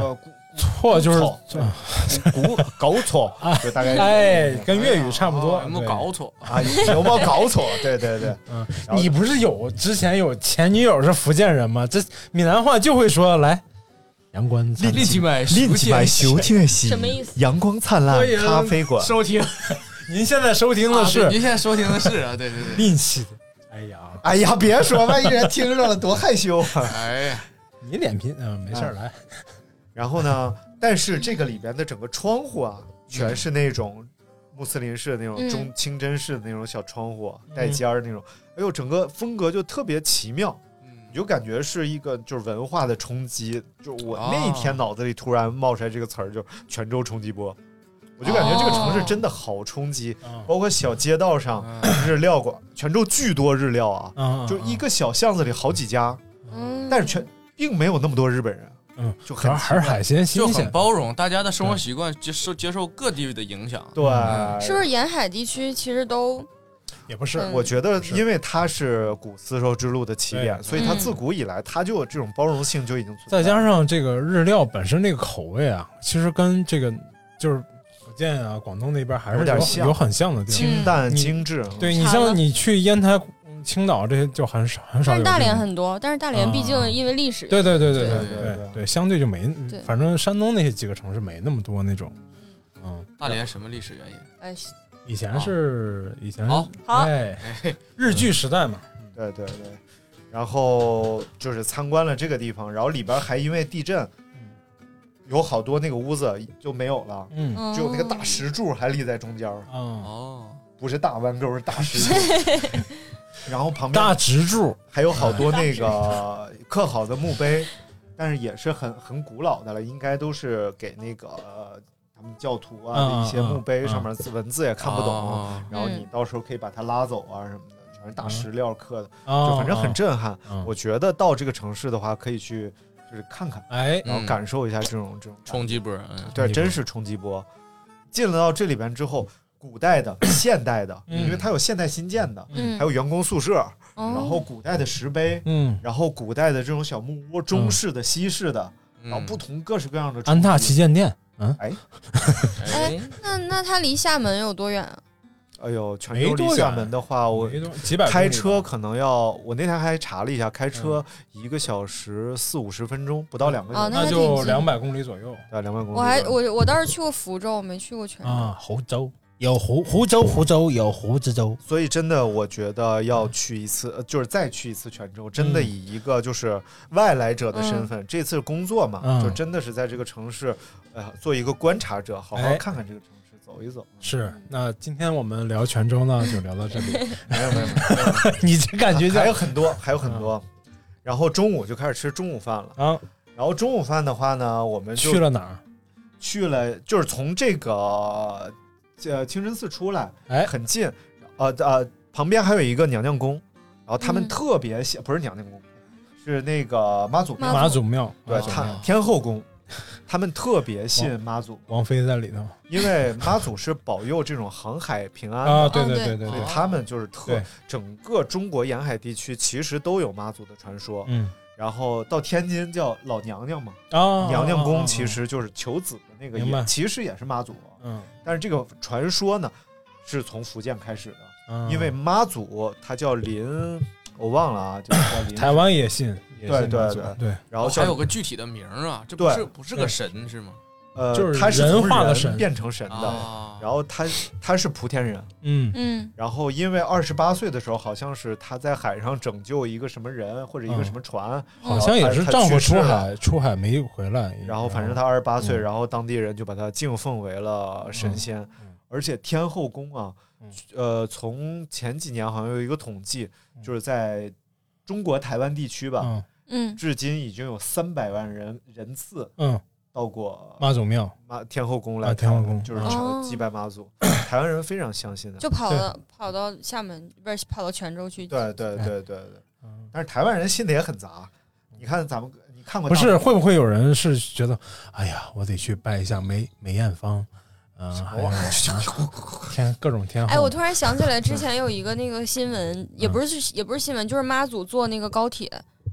错就是古搞错啊，就大概哎，跟粤语差不多。 有没有搞错啊？有没有搞错？对对对， 嗯，你不是有之前有前女友是福建人吗？这闽南话就会说来。阳光灿烂， 另起买另起买修建系， 什么意思？ 阳光灿烂咖啡馆收听， 您现在收听的是， 啊、您现在收听的是啊，对对对， 另起的。哎呀， 哎呀，别说，万一人听着了，多害羞啊！ 哎呀， 你脸皮，嗯，没事儿、啊、来。 然后呢，但是这个里边的整个窗户啊，全是那种穆斯林式的那种中清真式的那种小窗户，嗯、带尖儿那种，哎呦，整个风格就特别奇妙。你就感觉是一个就是文化的冲击，就我那一天脑子里突然冒出来这个词儿，就泉州冲击波，我就感觉这个城市真的好冲击，哦、包括小街道上、嗯、日料馆，泉州巨多日料啊，嗯、就一个小巷子里好几家，嗯、但是全并没有那么多日本人， 嗯， 就很还是海鲜新鲜， 就很包容，大家的生活习惯接受接受各地的影响， 对， 嗯、是不是沿海地区其实都？ 也不是， 我觉得因为它是古丝绸之路的起点，所以它自古以来它就有这种包容性就已经存在。 再加上这个日料本身这个口味啊，其实跟这个就是福建啊、广东那边还是 有, 有点像， 有很像的地方， 清淡精致。 嗯、对你像你去烟台、青岛这些就很少很少有。 但是大连很多，但是大连毕竟因为历史， 对对对对对对对对，相对就没，反正山东那些几个城市没那么多那种。嗯， 大连什么历史原因？ 哎。 以前是、哦、以前好， 哎，日据时代嘛， 对对对，然后就是参观了这个地方，然后里边还因为地震，有好多那个屋子就没有了，嗯，只有那个大石柱还立在中间， 哦， 不是大弯钩，是大石柱，然后旁边大直柱还有好多那个刻好的墓碑，但是也是很很古老的了，应该都是给那个。他们教徒啊的一些墓碑上面字文字也看不懂， 嗯、 然后你到时候可以把它拉走啊什么的，全是大石料刻的，嗯、就反正很震撼。 嗯、 我觉得到这个城市的话，可以去就是看看， 哎， 然后感受一下这种、嗯、这种冲击波， 嗯、对，真是冲击波。进了到这里边之后，古代的、现代的， 嗯、 因为它有现代新建的， 嗯、 还有员工宿舍，嗯、然后古代的石碑， 嗯， 然后古代的这种小木屋，中式的、西式的， 嗯、 然后不同各式各样的。 安踏旗舰店。嗯， 哎， 哎，那那它离厦门有多远啊？ 哎呦，泉州离厦门的话，我几百开车可能要，我那天还查了一下，开车一个小时四五十分钟，不到两个小时， 哦、 那就两百公里左右。 对，两百公里。 我还我我倒是去过福州，没去过泉州啊，湖州。有湖湖州湖州有湖之州， 所以真的我觉得要去一次，就是再去一次泉州，真的以一个就是外来者的身份，嗯、这次工作嘛，嗯、就真的是在这个城市，呃，做一个观察者，好好看看这个城市，哎、走一走。 是，那今天我们聊泉州呢，就聊到这里。 没有没有没有， 你这感觉还有很多，还有很多。嗯、然后中午就开始吃中午饭了啊。然后中午饭的话呢，我们就去了哪儿？ 去了，就是从这个。呃，清真寺出来， 哎， 很近，呃呃，旁边还有一个娘娘宫，然后他们特别喜，嗯、不是娘娘宫，是那个妈祖庙， 妈祖庙， 对，他天后宫，他们特别信妈祖， 王菲在里头， 因为妈祖是保佑这种航海平安啊，对对对对， 所以他们就是特整个中国沿海地区其实都有妈祖的传说， 嗯。 然后到天津叫老娘娘嘛， 啊， 娘娘宫其实就是求子的那个也，其实也是妈祖， 嗯， 但是这个传说呢，是从福建开始的， 嗯、 因为妈祖他叫林，我忘了啊，就是叫林， 台湾也信，也信对对对对， 然后还有个具体的名啊，这不是不是个神是吗？ 呃， 就是他是从人化的神变成神的， 啊、 然后他他是莆田人， 嗯嗯， 然后因为二十八岁的时候，好像是他在海上拯救一个什么人或者一个什么船， 嗯、好像也是丈夫出海出海没回来， 然后反正他二十八岁，然后当地人就把他敬奉为了神仙， 嗯、 而且天后宫啊，呃，从前几年好像有一个统计，就是在中国台湾地区吧， 嗯， 至今已经有三百万人人次， 嗯。 到过妈祖庙、 妈天后宫来， 啊、天后宫就是祭拜妈祖， 哦、 台湾人非常相信的， 就跑到跑到厦门不是跑到泉州去， 对对对对对。嗯、但是台湾人信的也很杂，你看咱们你看过不是会不会有人是觉得，哎呀，我得去拜一下梅梅艳芳，嗯、呃，还有天各种天后。 哎，我突然想起来，之前有一个那个新闻，也不是、嗯、也不是新闻，就是妈祖坐那个高铁。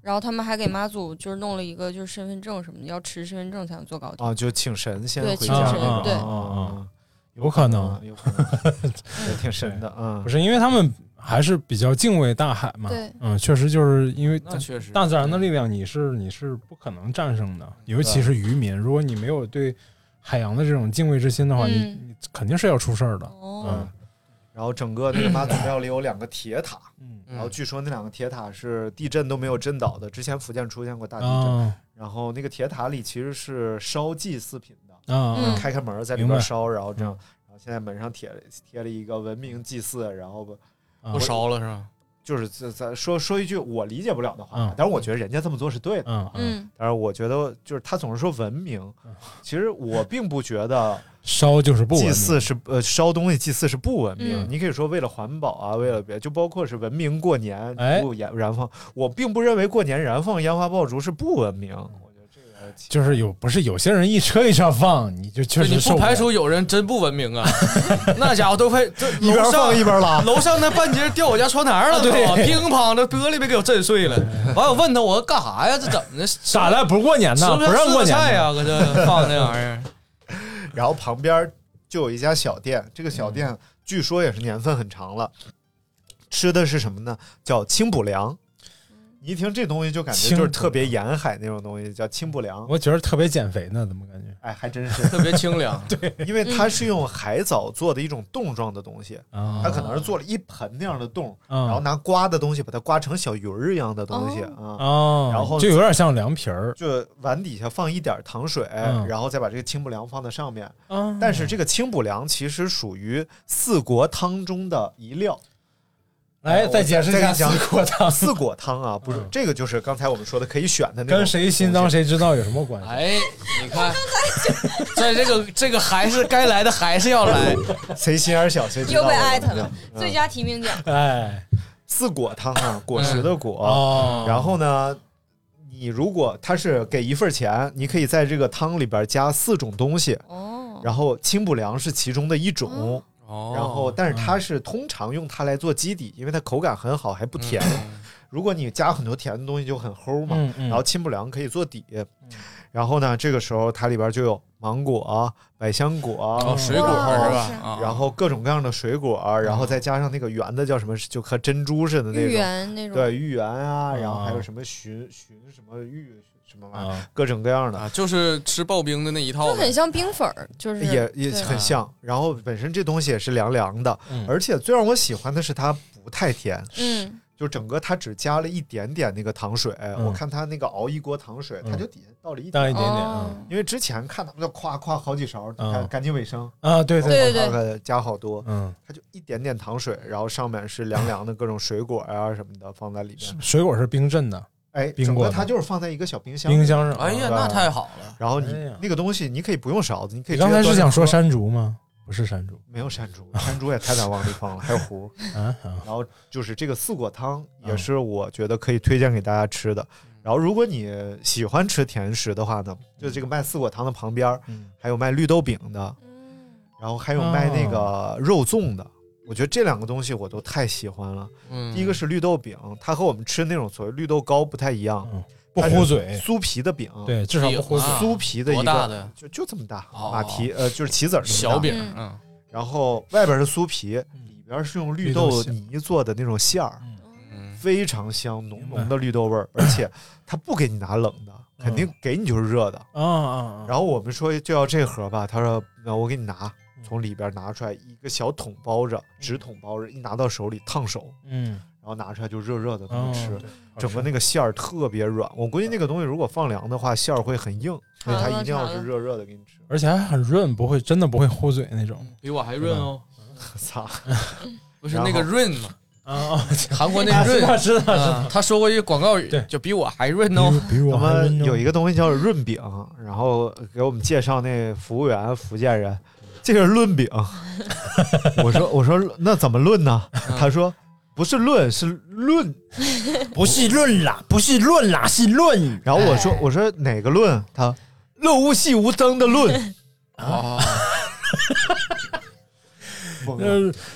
然后他们还给妈祖就是弄了一个就是身份证什么的，要持身份证才能坐高铁啊，就请神先回家， 对，请神，对， 啊，有可能， 有可能，也挺神的啊。 不是因为他们还是比较敬畏大海嘛， 对， 嗯，确实就是因为那确实大自然的力量你是你是不可能战胜的，尤其是渔民，如果你没有对海洋的这种敬畏之心的话， 嗯、 你你肯定是要出事儿的。 哦、 嗯， 然后整个那个妈祖庙里有两个铁塔，嗯，然后据说那两个铁塔是地震都没有震倒的，之前福建出现过大地震， 哦、 然后那个铁塔里其实是烧祭祀品的， 啊、 嗯，开开门在里边烧，然后这样，然后现在门上贴贴了一个文明祭祀，然后不不烧了是吧？ 就是咱说说一句我理解不了的话，嗯、但是我觉得人家这么做是对的， 嗯嗯， 但是我觉得就是他总是说文明，其实我并不觉得烧就是不文明， 祭祀是呃烧东西祭祀是不文明， 嗯、 你可以说为了环保啊，为了别，就包括是文明过年不燃燃放， 哎、 我并不认为过年燃放烟花爆竹是不文明。 就是有不是有些人一车一车放，你就确实你不排除有人真不文明啊，那家伙都快一边放一边拉， 楼上那半截掉我家窗台了， 对， 乒乓的玻璃被给我震碎了。完我问他，我干啥呀？这怎么的？ 咋的？不是过年呢？不让过年呀？搁这放那玩意儿。 然后旁边就有一家小店，这个小店据说也是年份很长了，吃的是什么呢？叫清补凉。你一听这东西就感觉就是特别沿海那种东西，叫清补凉。 我觉得特别减肥呢，怎么感觉？ 哎，还真是特别清凉。 对， 因为它是用海藻做的一种冻状的东西， 嗯、 它可能是做了一盆那样的冻， 嗯、 然后拿刮的东西把它刮成小鱼儿一样的东西、 哦、 啊， 哦， 然后就有点像凉皮儿， 就碗底下放一点糖水， 嗯、 然后再把这个清补凉放在上面。 嗯、 但是这个清补凉其实属于四果汤中的一料。 来，再解释一下四果汤。 四果汤啊，不是、嗯、这个，就是刚才我们说的可以选的那个，跟谁心脏谁知道有什么关系？ 哎，你看，在这个这个还是该来的还是要来， 谁心眼小谁知道。 又被艾特了，嗯、最佳提名奖。 哎， 四果汤啊，果实的果。 嗯哦、 然后呢，你如果他是给一份钱，你可以在这个汤里边加四种东西。 哦。 然后清补凉是其中的一种。哦哦， 然后，但是它是通常用它来做基底，因为它口感很好，还不甜。嗯、如果你加很多甜的东西，就很齁嘛。 嗯嗯、 然后清补凉可以做底。嗯、然后呢，这个时候它里边就有芒果、百香果、 哦、水果是吧？ 然后各种各样的水果，然后再加上那个圆的叫什么，就和珍珠似的那种。 芋圆那种。 对，芋圆啊，然后还有什么寻寻什么芋。什么玩意儿，各种各样的、 啊，就是吃刨冰的那一套， 就很像冰粉儿，就是也也很像。然后本身这东西也是凉凉的， 嗯、 而且最让我喜欢的是它不太甜， 嗯， 就整个它只加了一点点那个糖水。嗯、我看它那个熬一锅糖水， 嗯、 它就底下倒了一倒一点点， 哦、 因为之前看他们就夸夸好几勺，嗯、干净卫生啊，对对对对， 加好多， 嗯， 它就一点点糖水，然后上面是凉凉的各种水果啊什么的放在里面， 水果是冰镇的。 哎，整个它就是放在一个小冰箱冰箱上。 哎呀，那太好了。 然后你、哎、那个东西，你可以不用勺子，你可以。 你刚才是想说山竹吗？不是山竹， 没有山竹，山竹也太难往里放了，还有核。 啊， 然后就是这个四果汤，也是我觉得可以推荐给大家吃的。嗯、然后如果你喜欢吃甜食的话呢，就这个卖四果汤的旁边，嗯、还有卖绿豆饼的，嗯、然后还有卖那个肉粽的。哦，我觉得这两个东西我都太喜欢了。嗯，第一个是绿豆饼，它和我们吃那种所谓绿豆糕不太一样， 嗯、不糊嘴， 酥皮的饼， 对，至少不糊嘴。 酥皮的一个， 大的就就这么大， 哦、 马蹄呃就是棋子儿小饼，嗯， 然后外边是酥皮，里边是用绿豆泥做的那种馅儿，嗯，非常香，浓浓的绿豆味儿，而且它不给你拿冷的，肯定给你就是热的。 啊啊！ 然后我们说就要这盒吧，他说那我给你拿。从里边拿出来一个小桶包着，纸桶包着，一拿到手里烫手， 嗯， 然后拿出来就热热的能吃， 哦、 整个那个馅儿特别软。我估计那个东西如果放凉的话，馅儿会很硬，所以它一定要是热热的给你吃， 而且还很润，不会真的不会糊嘴那种， 比我还润哦。 操， 不是那个润吗？ 啊， 韩国那个润， 知道知道知道。 他说过一个广告语，就比我还润哦。 比我还润。 有一个东西叫润饼，然后给我们介绍那服务员福建人。这个是论饼，我说我说那怎么论呢？他说不是论是论， 不是论啦，不是论啦，是论。 然后我说我说哪个论？他乐无戏无争的论。 啊，呃，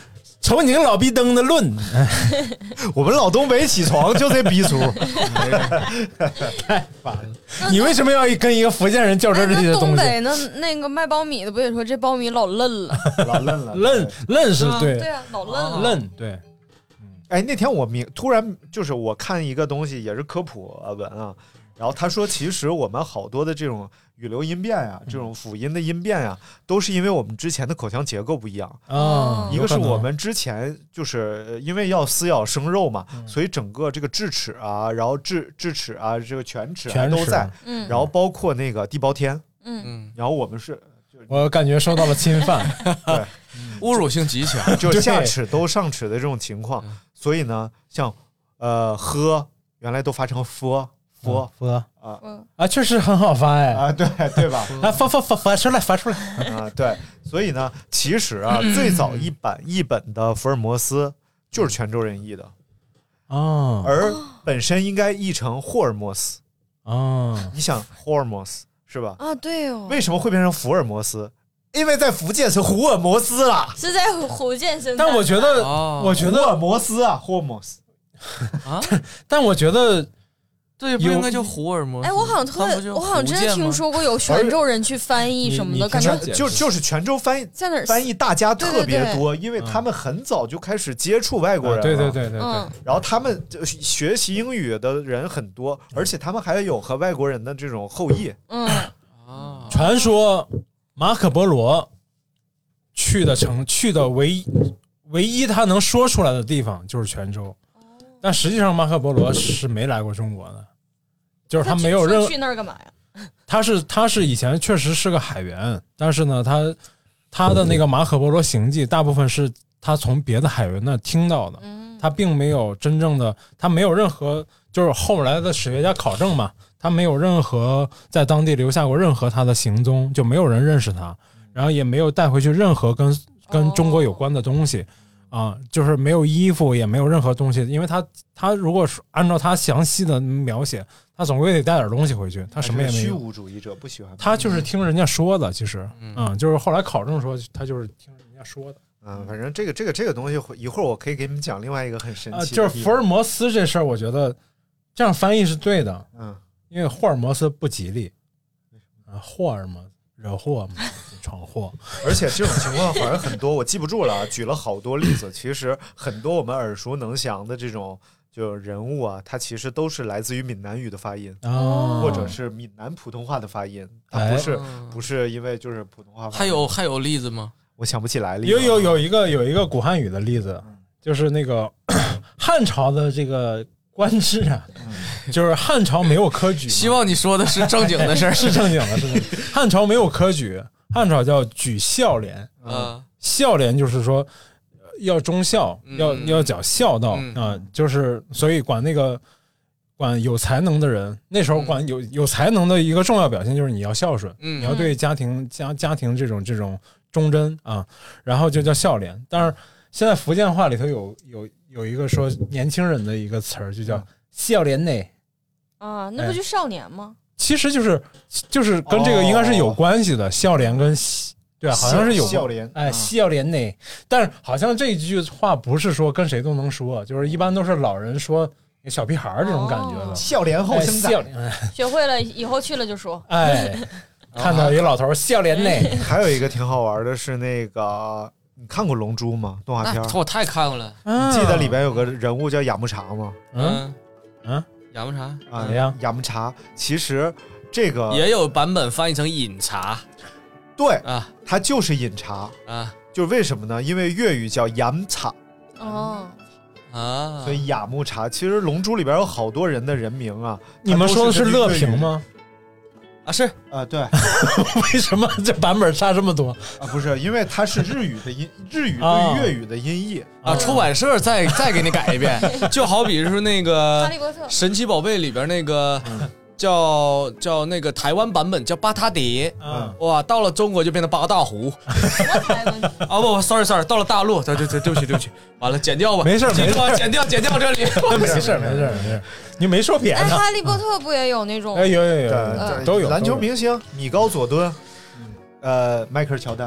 瞅你个老逼灯的论， 我们老东北起床就这逼数， 太烦了。你为什么要跟一个福建人较真这些东西？ 东北那那个卖苞米的不也说这苞米老嫩了， 老嫩了， 嫩嫩是对， 对啊，老嫩了， 嫩对。 哎，那天我明突然就是我看一个东西，也是科普文啊，然后他说，其实我们好多的这种语流音变呀、啊，这种辅音的音变呀、啊，都是因为我们之前的口腔结构不一样啊。 一个是我们之前就是因为要撕咬生肉嘛，嗯、所以整个这个智齿啊，然后智智齿啊，这个犬齿、啊、都在，嗯，然后包括那个地包天，嗯，然后我们是， 我感觉受到了侵犯， 对， 侮辱性极强， 就下齿都上齿的这种情况。所以呢，像呃喝原来都发成 f f f 啊啊，确实很好发哎啊，对对吧？ 啊发发发发出来发出来啊，对。所以呢，其实啊，最早一版译本的福尔摩斯就是泉州人译的哦， 而本身应该译成霍尔摩斯哦。 你想霍尔摩斯是吧？ 啊，对哦。 为什么会变成福尔摩斯？因为在福建是胡尔摩斯啦， 是在福建生。 但我觉得，哦、我觉得胡尔摩斯啊，霍尔摩斯啊， 但我觉得对，不应该叫胡尔摩斯。 哎，我好像特，我好像真的听说过有泉州人去翻译什么的，感觉就就是泉州翻译在哪翻译大家特别多， 对对对， 因为他们很早就开始接触外国人了， 对对对对对。 嗯、 然后他们学习英语的人很多，而且他们还有和外国人的这种后裔。 嗯啊，传说马可波罗去的城去的唯一唯一他能说出来的地方就是泉州，但实际上马可波罗是没来过中国的，就是他没有任何去那儿干嘛呀？ 他是他是以前确实是个海员，但是呢，他他的那个马可波罗行迹大部分是他从别的海员那听到的，他并没有真正的，他没有任何就是后来的史学家考证嘛，他没有任何在当地留下过任何他的行踪，就没有人认识他。然后也没有带回去任何跟跟中国有关的东西，啊、呃，就是没有衣服，也没有任何东西，因为他他如果是按照他详细的描写，他总归得带点东西回去，他什么也没有。 虚无主义者不喜欢他就是听人家说的，其实，嗯，嗯就是后来考证说他就是听人家说的， 嗯，反正这个这个这个东西，一会儿我可以给你们讲另外一个很神奇的、呃， 就是福尔摩斯这事儿，我觉得这样翻译是对的， 嗯， 因为霍尔摩斯不吉利，啊，霍尔摩惹祸嘛。闯祸， 而且这种情况反而很多，我记不住了，举了好多例子。其实很多我们耳熟能详的这种就人物啊，他其实都是来自于闽南语的发音， 哦、 或者是闽南普通话的发音，他不是、哎、不是因为就是普通话发音。 还有还有例子吗？ 我想不起来例子。 有有有一个有一个古汉语的例子，就是那个汉朝的这个官制啊。就是汉朝没有科举， 希望你说的是正经的事儿， 是正经的，是正经的。汉朝没有科举，汉朝叫举孝廉， 嗯， 孝廉就是说要忠孝，嗯、要要讲孝道啊、嗯呃，就是所以管那个管有才能的人，那时候管有有才能的一个重要表现就是你要孝顺， 嗯， 你要对家庭家家庭这种这种忠贞啊，然后就叫孝廉。但是现在福建话里头有有有一个说年轻人的一个词儿，就叫孝廉内。 啊，那不就少年吗？ 哎、其实就是就是跟这个应该是有关系的，哦、孝廉跟对啊，好像是有孝廉， 哎，孝廉内。但是好像这句话不是说跟谁都能说，就是一般都是老人说小屁孩这种感觉的。 孝廉后生仔， 哎、 学会了以后去了就说。 哎，看到一个老头孝廉内。 还有一个挺好玩的是那个，你看过《龙珠》吗？动画片？ 我太看过了。 你记得里边有个人物叫雅木茶吗？ 嗯嗯。 雅木茶啊， 怎样？ 雅木茶其实这个也有版本翻译成饮茶， 对啊， 它就是饮茶啊， 就是为什么呢？因为粤语叫雅茶哦啊， 所以雅木茶。其实《龙珠》里边有好多人的人名啊， 你们说的是乐平吗？ 啊，是啊，对。 为什么这版本差这么多啊？不是，因为它是日语的音，日语对粤语的音译啊。出版社再再给你改一遍，就好比是那个《 哈利波特》 神奇宝贝里边那个叫叫那个台湾版本叫巴塔蝶， 嗯， 哇，到了中国就变成八大湖。啊不不 ，sorry sorry， 到了大陆，对对对，对不起对不起，完了剪掉吧， 没事没事， 剪掉剪掉这里， 没事没事没事。你没说别的。 哎，哈利波特不也有那种？ 哎，有有有，都有。 篮球明星米高佐敦，呃，迈克尔乔丹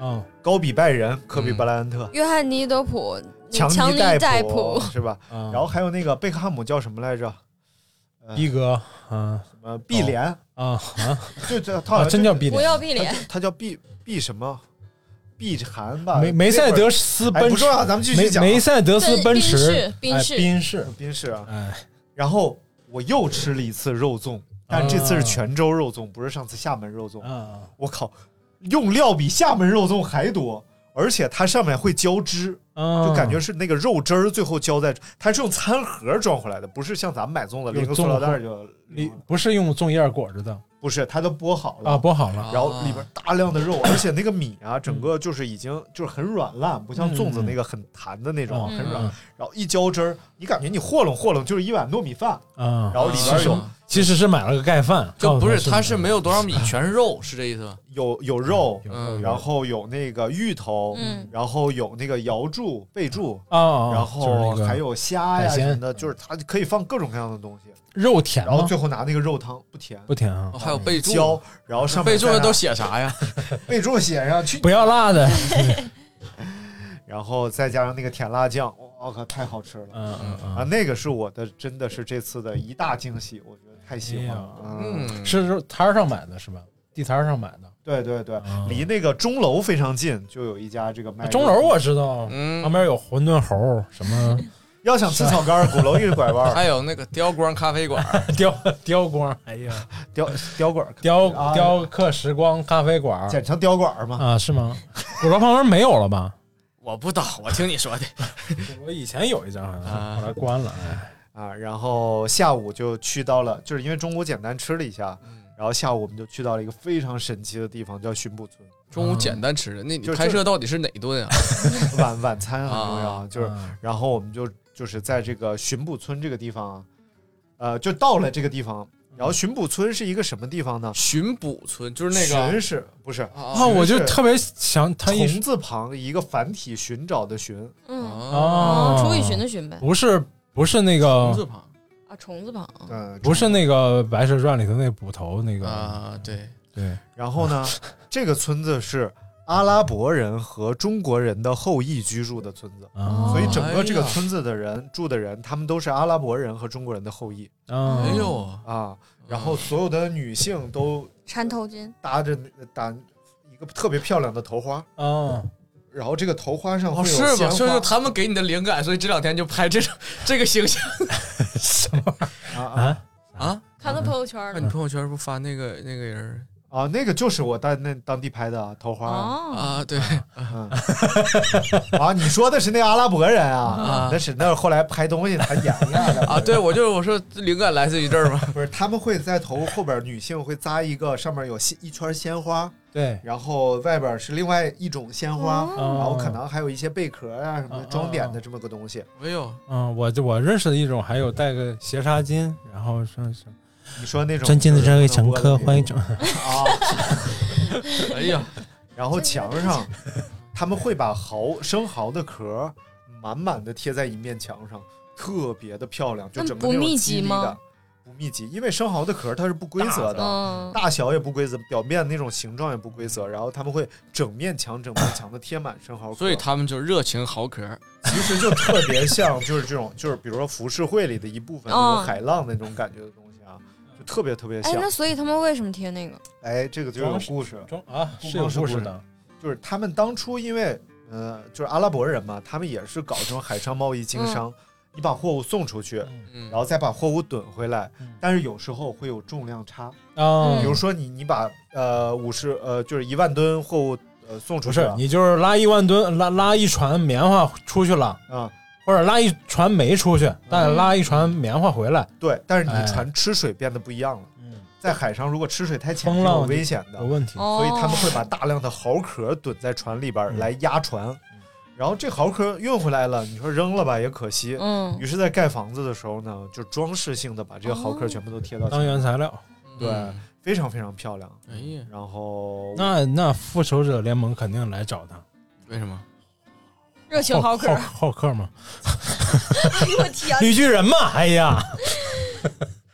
嗯， 高比拜仁、科比布莱恩特、 约翰尼德普、 强尼戴普是吧？ 嗯、 然后还有那个贝克汉姆叫什么来着？ 逼哥，嗯， 什么碧莲啊啊， 就这他好像真叫碧莲， 不要碧莲， 他叫碧碧什么？碧涵吧？ 梅梅赛德斯奔驰、 哎、不重要，咱们继续讲。 梅赛德斯奔驰、 宾士、 宾士、 宾士啊！ 哎， 然后我又吃了一次肉粽，但这次是泉州肉粽，不是上次厦门肉粽。 啊， 我靠，用料比厦门肉粽还多，而且它上面会浇汁。 嗯、 就感觉是那个肉汁儿最后浇在，它是用餐盒装回来的，不是像咱们买粽子拎个塑料袋就， 不是用粽叶裹着的， 不是，它都剥好了啊，剥好了， 然后里边大量的肉，而且那个米啊，整个就是已经就是很软烂，不像粽子那个很弹的那种， 嗯、 很软。然后一浇汁儿，你感觉你和拢和拢就是一碗糯米饭啊， 然后里边有。 其实是买了个盖饭， 就不是，它是没有多少米，全是肉，是这意思吧？ 有有肉， 嗯， 然后有那个芋头， 嗯， 然后有那个瑶柱、贝柱啊， 然后还有虾呀什么的，就是它可以放各种各样的东西。 肉甜， 然后最后拿那个肉汤不甜， 不甜啊， 还有备注， 浇，然后上面备注都写啥呀？ 备注写上去不要辣的， 然后再加上那个甜辣酱，哇，可太好吃了。 嗯嗯嗯啊，那个是我的，真的是这次的一大惊喜，我觉得太喜欢了。 嗯，是摊上买的是吧？地摊上买的。 对对对，离那个钟楼非常近，就有一家这个卖。 钟楼我知道，旁边有馄饨猴什么。 要想吃草干，鼓楼一拐弯。 还有那个雕光咖啡馆， 雕雕光，哎呀， 雕雕馆， 雕雕刻时光咖啡馆， 简称雕馆嘛？ 啊，是吗？鼓楼旁边没有了吧？ 我不知道，我听你说的。 我以前有一家，后来关了。 哎啊，然后下午就去到了，就是因为中午简单吃了一下，然后下午我们就去到了一个非常神奇的地方，叫巡捕村。 中午简单吃的，那你拍摄到底是哪顿啊？ 晚晚餐很重要，就是，然后我们就。就是在这个巡捕村这个地方啊，呃，就到了这个地方。然后巡捕村是一个什么地方呢？ 巡捕村就是那个巡是不是啊？我就特别想，它虫字旁一个繁体寻找的寻， 嗯哦， 楚雨荨的荨呗， 不是不是那个虫字旁啊，虫字旁， 嗯， 不是那个《白蛇传》里头那捕头那个啊，对对。 然后呢，这个村子是阿拉伯人和中国人的后裔居住的村子， 哦、 所以整个这个村子的人、哎、住的人，他们都是阿拉伯人和中国人的后裔。 哦、 哎呦啊，然后所有的女性都缠头巾， 搭着搭一个特别漂亮的头花。 哦， 然后这个头花上会有鲜花，哦、是吧？就是他们给你的灵感，所以这两天就拍这种这个形象。 什么啊啊啊！ 看他朋友圈了， 你朋友圈不发那个那个人？ 啊，那个就是我在那当地拍的、啊、头花哦、 啊，对， 嗯、啊，你说的是那阿拉伯人啊？啊那是那后来拍东西他演一下的啊。对，我就我说灵感来自于这儿嘛。 不是，他们会在头后边，女性会扎一个，上面有一圈鲜花， 对， 然后外边是另外一种鲜花， 哦、 然后可能还有一些贝壳啊什么的装点的这么个东西。 哎呦， 嗯，我就我认识的一种，还有带个斜纱巾，然后上上。 你说那种尊敬的这位乘客，欢迎乘啊！ 哎呀， 然后墙上他们会把蚝生蚝的壳满满的贴在一面墙上，特别的漂亮，就整个那种不密集吗？ 不密集，因为生蚝的壳它是不规则的， 嗯、 大小也不规则，表面那种形状也不规则，然后他们会整面墙整面墙的贴满生蚝壳， 所以他们就热情蚝壳， 其实就特别像就是这种就是比如说浮世绘里的一部分、嗯、那种海浪那种感觉的东西啊。特别特别像， 哎，那所以他们为什么贴那个？ 哎，这个就有故事啊，是有故事的。 就是他们当初因为呃，就是阿拉伯人嘛，他们也是搞这种海上贸易经商，嗯、你把货物送出去，嗯、然后再把货物趸回来，嗯、但是有时候会有重量差啊。 嗯、 比如说你你把呃五十呃就是一万吨货物呃送出去了， 不是你就是拉一万吨拉拉一船棉花出去了啊。 嗯或者拉一船煤出去，但拉一船棉花回来。 嗯、对，但是你船吃水变得不一样了。嗯、在海上，如果吃水太浅， 风浪是有危险的， 有问题。 所以他们会把大量的蚝壳趸在船里边来压船，嗯、然后这蚝壳运回来了，你说扔了吧也可惜。 嗯。 于是，在盖房子的时候呢，就装饰性的把这个蚝壳全部都贴到当原材料。 对，嗯、非常非常漂亮。 哎呀， 然后那那复仇者联盟肯定来找他， 为什么？ 热情好客， 好客吗？ 哎呦我天！ 绿巨人嘛，哎呀，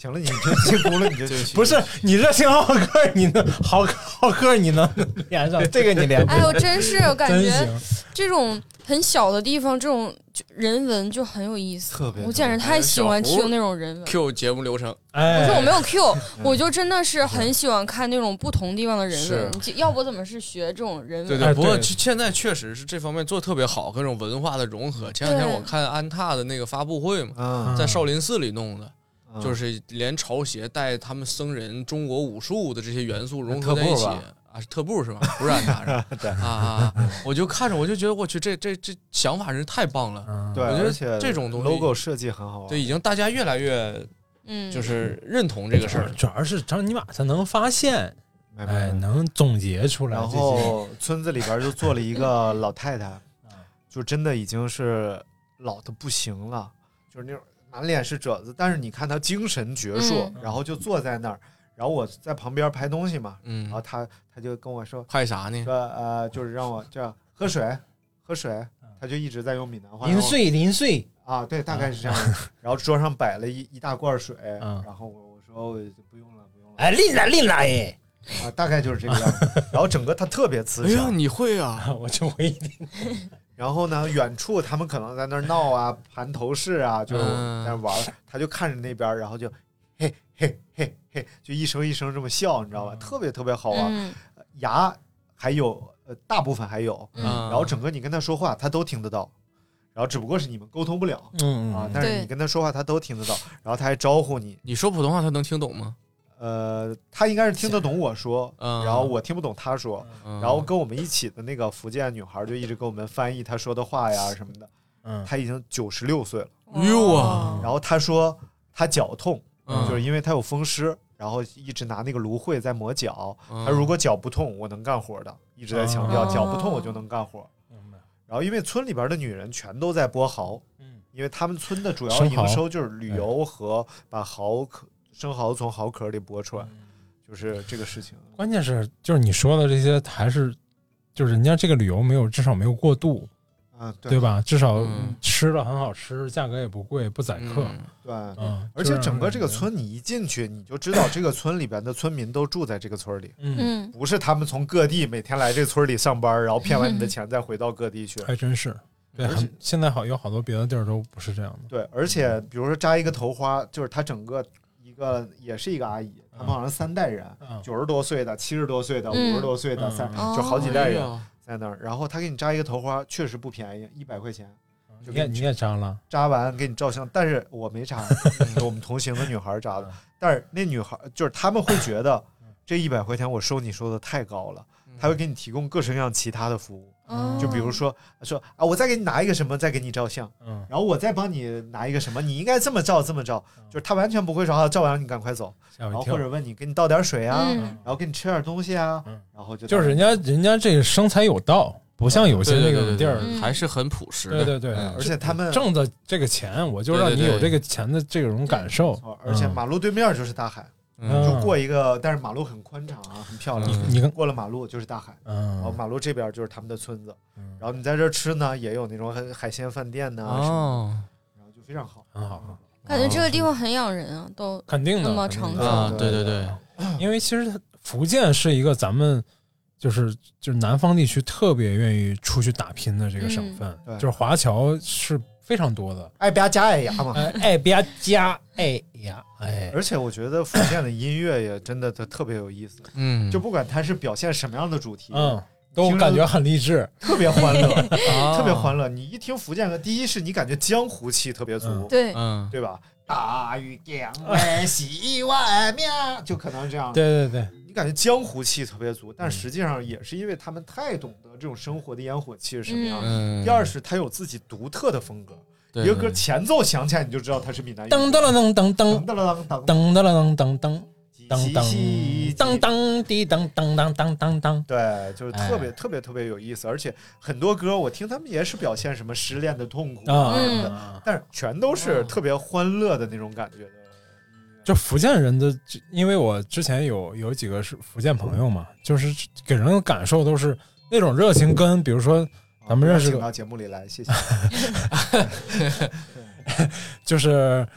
行了，你就进宫了，你就不是你热情好客，你能好好客你能连上这个你连。 哎呦，真是我感觉这种很小的地方，这种人文就很有意思。 特别， 我简直太喜欢听那种人文。 Q 节目流程， 哎， 不是我没有 Q， 我就真的是很喜欢看那种不同地方的人文。要不怎么是学这种人文？ 对对，不过现在确实是这方面做得特别好，各种文化的融合。前两天我看安踏的那个发布会嘛，在少林寺里弄的。就是连潮鞋带他们僧人中国武术的这些元素融合在一起啊，是特步是吧？不是安踏是对啊啊！我就看着我就觉得我去，这这这想法真是太棒了。 嗯、对， 我觉得这种东西 logo 设计很好， 对，已经大家越来越嗯，就是认同这个事儿。 主要是张尼玛他能发现，哎，能总结出来。 然后村子里边就做了一个老太太，就真的已经是老的不行了，就是那种。满脸是褶子，但是你看他精神矍铄、嗯，然后就坐在那儿，然后我在旁边拍东西嘛，嗯，然后他他就跟我说拍啥呢？ 说呃，就是让我这样喝水，喝水，他就一直在用闽南话。 零碎零碎啊，对，大概是这样的。然后桌上摆了一一大罐水，嗯、然后我我说我不用了不用了， 哎，拎来拎来哎， 啊，大概就是这个样子。然后整个他特别慈祥。 哎呀，你会啊， 我就会一点。 然后呢，远处他们可能在那儿闹啊，盘头饰啊，就在那玩、嗯，他就看着那边，然后就嘿嘿嘿嘿，就一声一声这么笑，你知道吧？嗯、特别特别好玩、嗯，牙还有呃大部分还有、嗯，然后整个你跟他说话，他都听得到，然后只不过是你们沟通不了，嗯啊，但是你跟他说话，他都听得到，然后他还招呼你， 你说普通话他能听懂吗？ 呃，他应该是听得懂我说、嗯，然后我听不懂他说、嗯，然后跟我们一起的那个福建女孩就一直给我们翻译他说的话呀什么的。嗯，他已经九十六岁了， 哟啊！ 然后他说他脚痛、嗯，就是因为他有风湿，然后一直拿那个芦荟在磨脚。嗯、他如果脚不痛，我能干活的，一直在强调、嗯、脚不痛我就能干活。嗯、然后因为村里边的女人全都在剥蚝，嗯，因为他们村的主要营收就是旅游和把蚝可。生蚝从蚝壳里剥出来、嗯，就是这个事情。 关键是就是你说的这些还是，就是人家这个旅游没有至少没有过度， 啊，对, 对吧？至少吃的很好吃，价格也不贵，不宰客。 嗯、对，嗯，而且整个这个村你一进去，你就知道这个村里边的村民都住在这个村里，嗯，不是他们从各地每天来这村里上班，然后骗完你的钱再回到各地去。 还真是。对，现在好有好多别的地儿都不是这样的。 对，而且比如说扎一个头花，就是它整个。一个也是一个阿姨，他们好像三代人，九、嗯、十多岁的、七十多岁的、五十、嗯、多岁的，三、嗯、就好几代人在那儿。然后他给你扎一个头花，确实不便宜，一百块钱。 就你也你也扎了？ 扎完给你照相，但是我没扎，是我们同行的女孩扎的。但是那女孩就是他们会觉得这一百块钱我收你收的太高了，他会给你提供各式各样其他的服务。嗯、就比如说说啊，我再给你拿一个什么，再给你照相，嗯，然后我再帮你拿一个什么，你应该这么照这么照，嗯、就是他完全不会说啊，照完你赶快走，然后或者问你给你倒点水啊，嗯、然后给你吃点东西啊，嗯、然后就就是人家人家这个生财有道，不像有些那个地儿、 嗯、还是很朴实的， 对对对， 嗯、而且他们挣的这个钱，我就让你有这个钱的这种感受， 对对对，而且马路对面就是大海。嗯、就过一个，但是马路很宽敞啊，很漂亮。 你你过了马路就是大海，嗯，然后马路这边就是他们的村子，嗯、然后你在这吃呢，也有那种很海鲜饭店呐、啊，哦，然后就非常好， 很好。 感觉这个地方很养人啊，都肯定的， 那么长久啊，对对对， 因为其实福建是一个咱们就是就是南方地区特别愿意出去打拼的这个省份，嗯、就是华侨是。非常多的爱别家爱牙嘛， 爱别家爱牙哎， 而且我觉得福建的音乐也真的特别有意思，嗯，就不管它是表现什么样的主题， 嗯，都感觉很励志， 特别欢乐，特别欢乐。你一听福建歌，第一是你感觉江湖气特别足， 嗯、对， 嗯，对吧？大雨江外西外面，就可能这样， 对对对。 你感觉江湖气特别足，但实际上也是因为他们太懂得这种生活的烟火气是什么样的。嗯、第二是他有自己独特的风格，一个歌前奏响起来你就知道它是闽南语。 噔噔噔噔噔噔噔噔噔噔噔噔噔噔噔噔滴噔噔噔噔噔噔， 对，就是特别特别特别有意思，而且很多歌我听他们也是表现什么失恋的痛苦啊什么的，但是全都是特别欢乐的那种感觉的。 就福建人的，因为我之前有有几个是福建朋友嘛，就是给人的感受都是那种热情，跟比如说咱们认识的， 请到节目里来，谢谢。 就是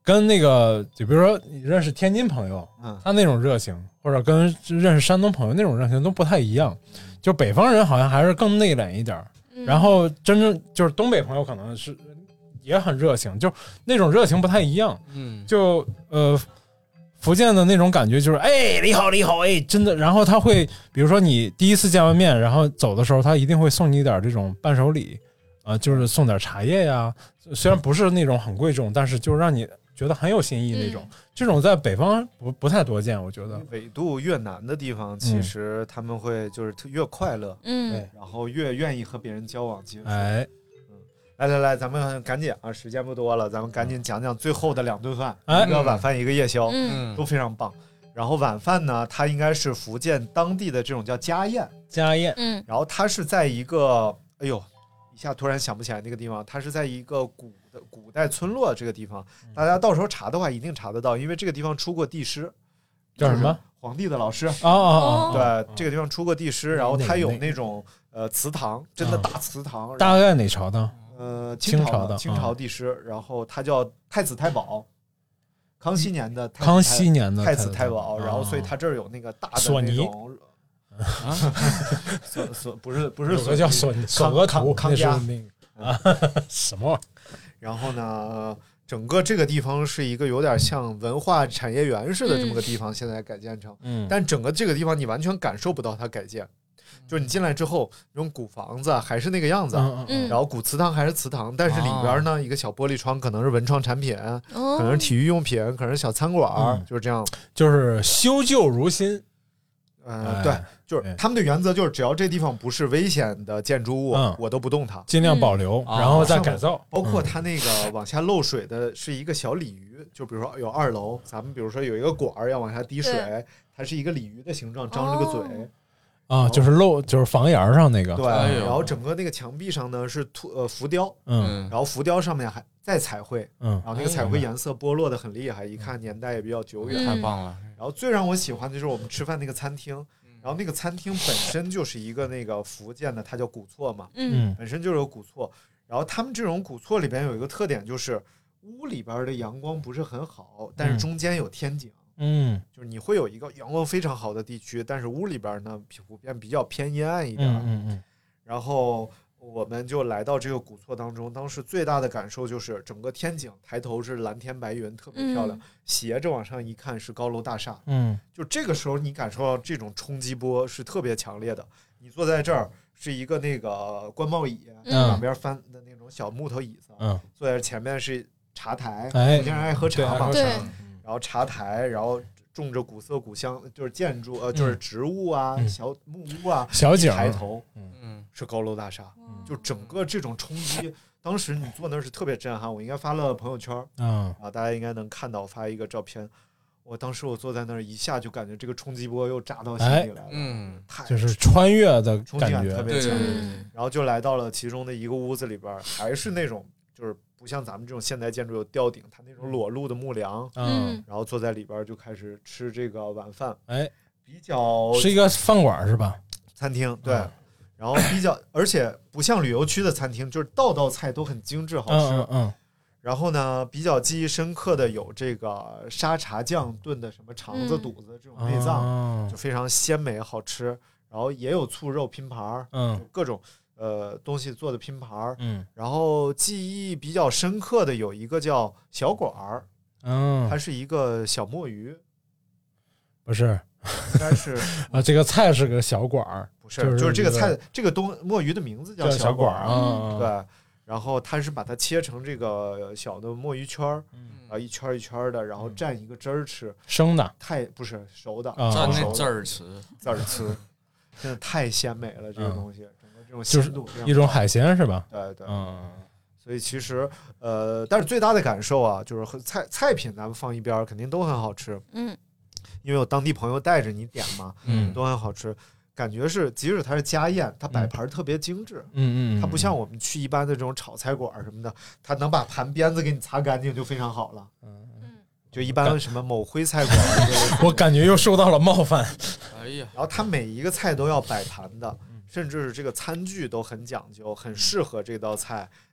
跟那个就比如说你认识天津朋友，嗯，他那种热情，或者跟认识山东朋友那种热情都不太一样。就北方人好像还是更内敛一点，嗯、然后真正就是东北朋友可能是也很热情，就那种热情不太一样。嗯，就呃。福建的那种感觉就是哎你好你好哎真的，然后他会比如说你第一次见完面，然后走的时候他一定会送你一点这种伴手礼啊、呃，就是送点茶叶呀，虽然不是那种很贵重，但是就是让你觉得很有新意那种、嗯、这种在北方不不太多见，我觉得纬度越南的地方其实他们会就是越快乐，嗯，然后越愿意和别人交往接触。哎来来来，咱们赶紧啊，时间不多了，咱们赶紧讲讲最后的两顿饭，一个晚饭，一个夜宵，嗯，都非常棒。然后晚饭呢，它应该是福建当地的这种叫家宴， 家宴， 嗯， 然后它是在一个，哎呦，一下突然想不起来那个地方，它是在一个古的古代村落这个地方，大家到时候查的话一定查得到，因为这个地方出过帝师， 叫什么？ 皇帝的老师哦哦， 对，这个地方出过帝师，然后它有那种呃祠堂，真的大祠堂， 大概哪朝的？ 呃， 清朝的清朝帝师、嗯，然后他叫太子太保，康熙年的康熙年的太子太保，然后所以他这儿有那个大的索尼啊，索索不是不是有个叫索索额图， 康家那个啊什么？ 然后呢，整个这个地方是一个有点像文化产业园似的这么个地方，嗯、现在改建成，嗯，但整个这个地方你完全感受不到它改建。就是你进来之后，那种古房子还是那个样子，嗯、然后古祠堂还是祠堂，但是里边呢，一个小玻璃窗可能是文创产品，哦、可能是体育用品，可能是小餐馆，嗯、就是这样， 就是修旧如新。 呃，哎、对，就是他们的原则就是，只要这地方不是危险的建筑物，嗯、我都不动它， 尽量保留，嗯、然后再改造。 包括它那个往下漏水的是一个小鲤鱼，就比如说有二楼，咱们比如说有一个管要往下滴水，它是一一个鲤鱼的形状，张着个嘴。哦啊，就是漏，就是房檐上那个。 对，然后整个那个墙壁上呢是涂呃浮雕，嗯，然后浮雕上面还再彩绘，嗯，然后那个彩绘颜色剥落的很厉害，一看年代也比较久远， 太棒了。 然后最让我喜欢的就是我们吃饭那个餐厅，然后那个餐厅本身就是一个那个福建的，它叫古厝嘛，嗯，本身就是有古厝，然后他们这种古厝里边有一个特点，就是屋里边的阳光不是很好，但是中间有天井。嗯，就是你会有一个阳光非常好的地区，但是屋里边呢普遍比较偏阴暗一点。嗯嗯嗯。然后我们就来到这个古厝当中，当时最大的感受就是整个天井抬头是蓝天白云，特别漂亮，嗯、斜着往上一看是高楼大厦。嗯，就这个时候你感受到这种冲击波是特别强烈的。你坐在这儿是一个那个官帽椅，嗯、两边翻的那种小木头椅子，嗯，坐在前面是茶台，有些人爱喝茶嘛，对。然后茶台，然后种着古色古香，就是建筑呃，就是植物啊，嗯、小木屋啊， 小景抬头，嗯，是高楼大厦，嗯、就整个这种冲击，当时你坐那是特别震撼。我应该发了朋友圈，嗯，啊，大家应该能看到，发一个照片。我当时我坐在那儿，一下就感觉这个冲击波又炸到心里来了，哎、 嗯，就是穿越的冲击感特别强。然后就来到了其中的一个屋子里边，还是那种就是。不像咱们这种现代建筑有吊顶，它那种裸露的木梁，嗯，然后坐在里边就开始吃这个晚饭，哎，比较是一个饭馆是吧？ 餐厅对，嗯、然后比较，而且不像旅游区的餐厅，就是道道菜都很精致好吃，嗯, 嗯, 嗯然后呢，比较记忆深刻的有这个沙茶酱炖的什么肠子、肚子这种内脏，嗯、就非常鲜美好吃，然后也有醋肉拼盘，嗯，各种。呃，东西做的拼盘，嗯，然后记忆比较深刻的有一个叫小馆儿，嗯，它是一个小墨鱼， 不是， 应该是啊，这个菜是个小馆儿， 不是，就是、就是这个菜，这个东墨鱼的名字叫小馆儿啊，对，然后它是把它切成这个小的墨鱼圈儿，嗯、啊，一圈一圈的，然后蘸一个汁儿吃， 生的， 太不是熟的， 蘸那汁儿吃， 汁儿吃，真的太鲜美了，这个东西。 就是一种海鲜是吧？ 对对，嗯，所以其实呃，但是最大的感受啊，就是菜菜品咱们放一边，肯定都很好吃，嗯，因为有当地朋友带着你点嘛，嗯，都很好吃。感觉是，即使它是家宴，它摆盘特别精致，嗯嗯，它不像我们去一般的这种炒菜馆什么的，它能把盘边子给你擦干净就非常好了，嗯嗯，就一般什么某徽菜馆， 我感觉又受到了冒犯， 哎呀， 然后它每一个菜都要摆盘的。甚至这个餐具都很讲究，很适合这道菜。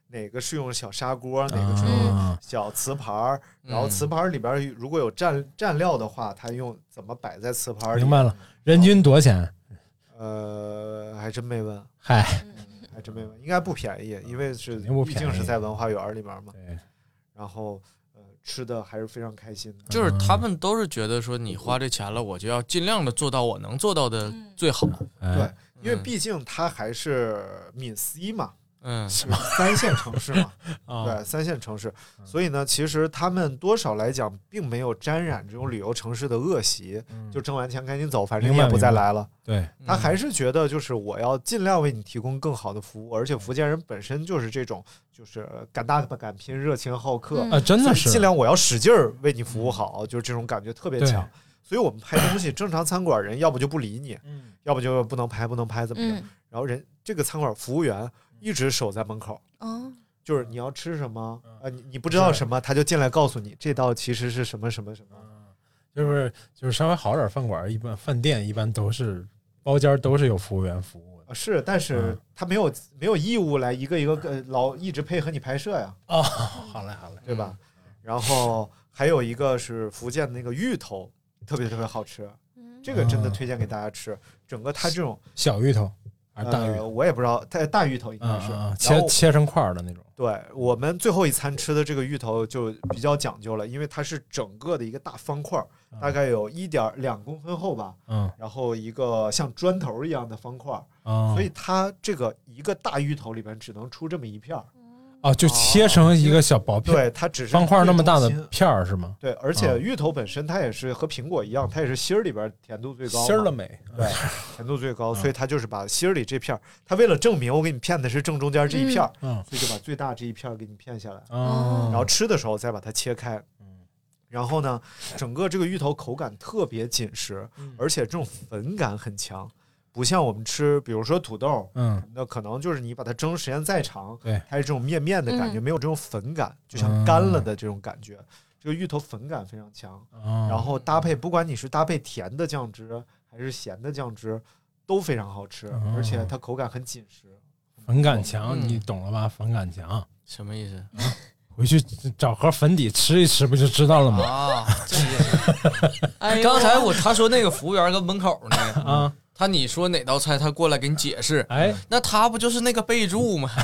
哪个是用小砂锅，哪个是用小瓷盘，然后瓷盘里边如果有蘸蘸料的话，它用怎么摆在瓷盘里。 明白了，人均多少钱？ 呃，还真没问。 嗨， 还真没问，应该不便宜，因为是毕竟是在文化园里边嘛。 对， 然后。吃的还是非常开心的， 就是他们都是觉得说你花这钱了，我就要尽量的做到我能做到的最好。 嗯、对，因为毕竟它还是闽 C 嘛， 嗯， 什么三线城市嘛，对，三线城市，所以呢，其实他们多少来讲，并没有沾染这种旅游城市的恶习，嗯、就挣完钱赶紧走，反正你也不再来了。 对， 他还是觉得就是我要尽量为你提供更好的服务，而且福建人本身就是这种。就是敢打敢拼，热情好客啊，真的是尽量我要使劲儿为你服务好，就是这种感觉特别强。所以我们拍东西，正常餐馆人要不就不理你，嗯、要不就不能拍，不能拍怎么样？嗯、然后人这个餐馆服务员一直守在门口，哦、就是你要吃什么啊，你你不知道什么，他就进来告诉你这道其实是什么什么什么。 就是就是稍微好点饭馆，一般饭店一般都是包间都是有服务员服务。 是，但是他没有、嗯、没有义务来一个一个老一直配合你拍摄呀。 哦，好嘞好嘞， 对吧？然后还有一个是福建的那个芋头，特别特别好吃，这个真的推荐给大家吃。整个它这种小芋头还是大芋头、 呃，我也不知道，大大芋头应该是、 嗯嗯、切切成块的那种。 对，我们最后一餐吃的这个芋头就比较讲究了，因为它是整个的一个大方块，大概有一点两公分厚吧，嗯，然后一个像砖头一样的方块，嗯，所以它这个一个大芋头里边只能出这么一片儿。 哦，就切成一个小薄片， 对，它只是方块那么大的片儿是吗？ 对，而且芋头本身它也是和苹果一样，它也是芯儿里边甜度最高， 芯儿的美， 对，甜度最高，所以它就是把芯儿里这片儿，它为了证明我给你片的是正中间这一片儿，嗯，所以就把最大这一片给你片下来，嗯，然后吃的时候再把它切开，嗯，然后呢，整个这个芋头口感特别紧实，而且这种粉感很强。不像我们吃，比如说土豆，嗯，那可能就是你把它蒸时间再长， 对， 它是这种面面的感觉，嗯、没有这种粉感，就像干了的这种感觉。嗯、这个芋头粉感非常强，嗯、然后搭配，不管你是搭配甜的酱汁还是咸的酱汁，都非常好吃，嗯、而且它口感很紧实。 粉感强，嗯、你懂了吧？粉感强什么意思？ 嗯、回去找盒粉底吃一吃，不就知道了吗？ 啊，这意思。哎，刚才我他说那个服务员跟门口呢，啊。他你说哪道菜，他过来给你解释，哎，那他不就是那个备注吗？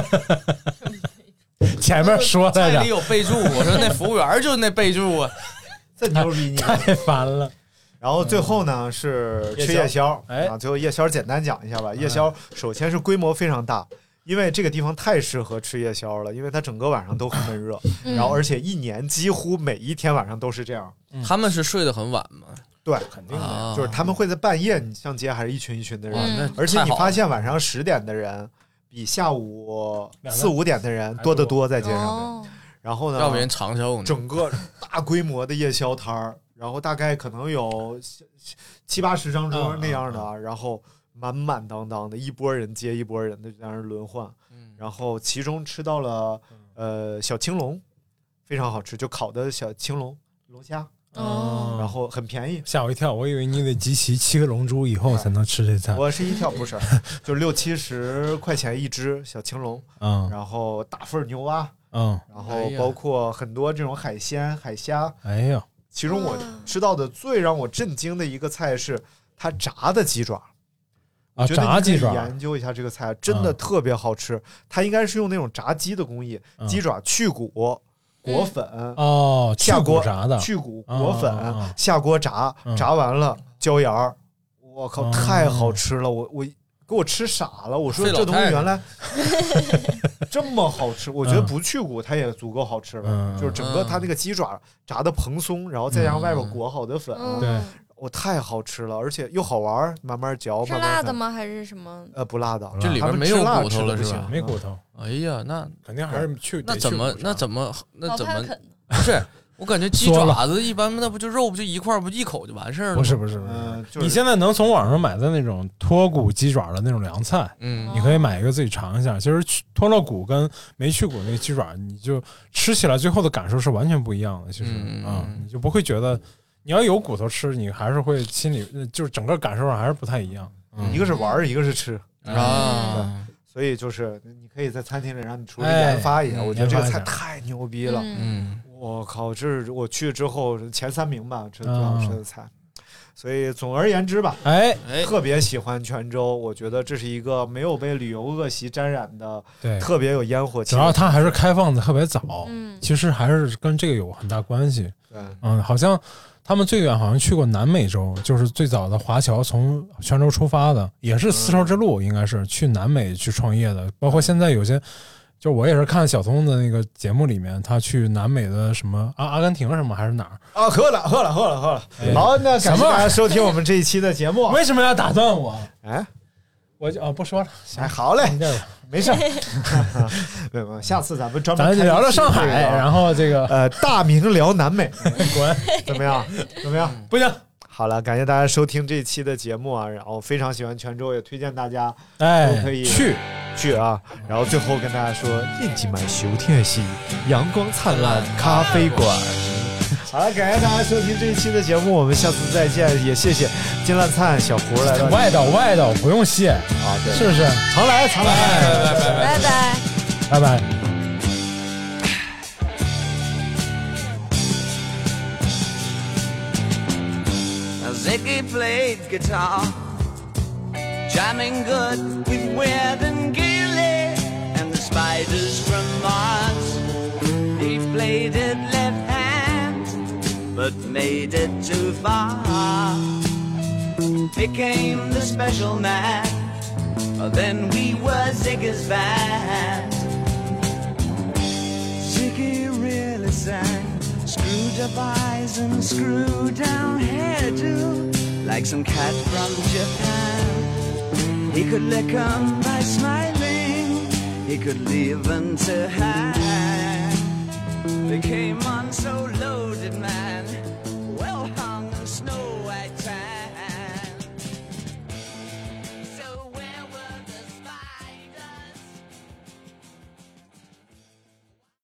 前面说来着， 菜里有备注，我说那服务员就是那备注啊， 这牛逼你太烦了。 然后最后呢、嗯、是吃夜宵，哎，啊，最后夜宵简单讲一下吧。夜宵首先是规模非常大，因为这个地方太适合吃夜宵了，因为它整个晚上都很闷热，嗯、然后而且一年几乎每一天晚上都是这样。 嗯、他们是睡得很晚吗？ 对，肯定的，啊、就是他们会在半夜，你上街还是一群一群的人，嗯、而且你发现晚上十点的人比下午四五点的人多得多，在街上面。哦、然后呢， 要不然长寿呢。 整个大规模的夜宵摊儿，然后大概可能有七八十张桌那样的，嗯、然后满满当当的，一拨人接一拨人的在那儿轮换。嗯、然后其中吃到了呃小青龙，非常好吃，就烤的小青龙龙虾。哦，然后很便宜， 吓我一跳，我以为你得集齐七个龙珠以后才能吃这菜。 我是一跳不是，就六七十块钱一只小青龙，嗯，然后大份牛蛙，嗯，然后包括很多这种海鲜、海虾， 哎呀， 其中我吃到的最让我震惊的一个菜是它炸的鸡爪。 啊，炸鸡爪， 研究一下这个菜，真的特别好吃。嗯、它应该是用那种炸鸡的工艺，嗯、鸡爪去骨。裹粉哦， 下锅炸的， 去骨裹粉，哦、下锅炸，嗯、炸完了椒盐儿，我靠，嗯、太好吃了！我我给我吃傻了，我说这东西原来这么好吃，我觉得不去骨它也足够好吃了，嗯、就是整个它那个鸡爪炸的蓬松，然后再让外边裹好的粉， 嗯、对。 我太好吃了，而且又好玩，慢慢嚼。 是辣的吗？还是什么？ 呃，不辣的， 这里边没有骨头了是吧？ 没骨头。 哎呀，那肯定还是去。 那怎么？那怎么？那怎么？不是，我感觉鸡爪子一般，那不就肉不就一块，不一口就完事儿了？ 不是不是不是，嗯就是、你现在能从网上买的那种脱骨鸡爪的那种凉菜，嗯，你可以买一个自己尝一下。其实脱了骨跟没去骨那个鸡爪，你就吃起来最后的感受是完全不一样的。其实啊、嗯，你就不会觉得。你要有骨头吃，你还是会心里就是整个感受上还是不太一样。 嗯、一个是玩，一个是吃啊。 所以就是你可以在餐厅里让你厨师研发一下，我觉得这个菜太牛逼了。 嗯， 我靠，这是我去之后前三名吧，这最好吃的菜。所以总而言之吧， 哎， 特别喜欢泉州，我觉得这是一个没有被旅游恶习沾染的， 对， 特别有烟火气。 主要它还是开放的特别早，嗯，其实还是跟这个有很大关系。 对， 嗯，好像他们最远好像去过南美洲，就是最早的华侨从泉州出发的，也是丝绸之路，应该是去南美去创业的。包括现在有些。就我也是看小聪的那个节目里面，他去南美的什么阿阿根廷什么还是哪儿啊？喝了喝了喝了喝了。哎、好，那感谢大家收听我们这一期的节目。 为什么要打断我？ 哎， 我就哦不说了。 哎，好嘞，没事。没有，下次咱们专门咱聊聊上海，然后这个呃大明聊南美，滚，怎么样？怎么样？ 不行。 好了，感谢大家收听这期的节目啊！然后非常喜欢泉州，也推荐大家哎都可以去去啊！然后最后跟大家说，印记买修天系阳光灿烂咖啡馆。好了，感谢大家收听这一期的节目，我们下次再见。也谢谢金烂灿、小胡来到外岛外岛不用谢啊， 对， 是不是？ 常来常来， 拜拜拜拜。 Ziggy played guitar, jamming good with Weird and Gilly and the Spiders from Mars. He played it left hand, but made it too far. Became the special man, then we were Ziggy's band. Ziggy really sang, screwed up eyes and screwed down hairdo, like some cat from Japan. He could lick 'em by smiling, he could leave them to hang. They came on so loaded, man.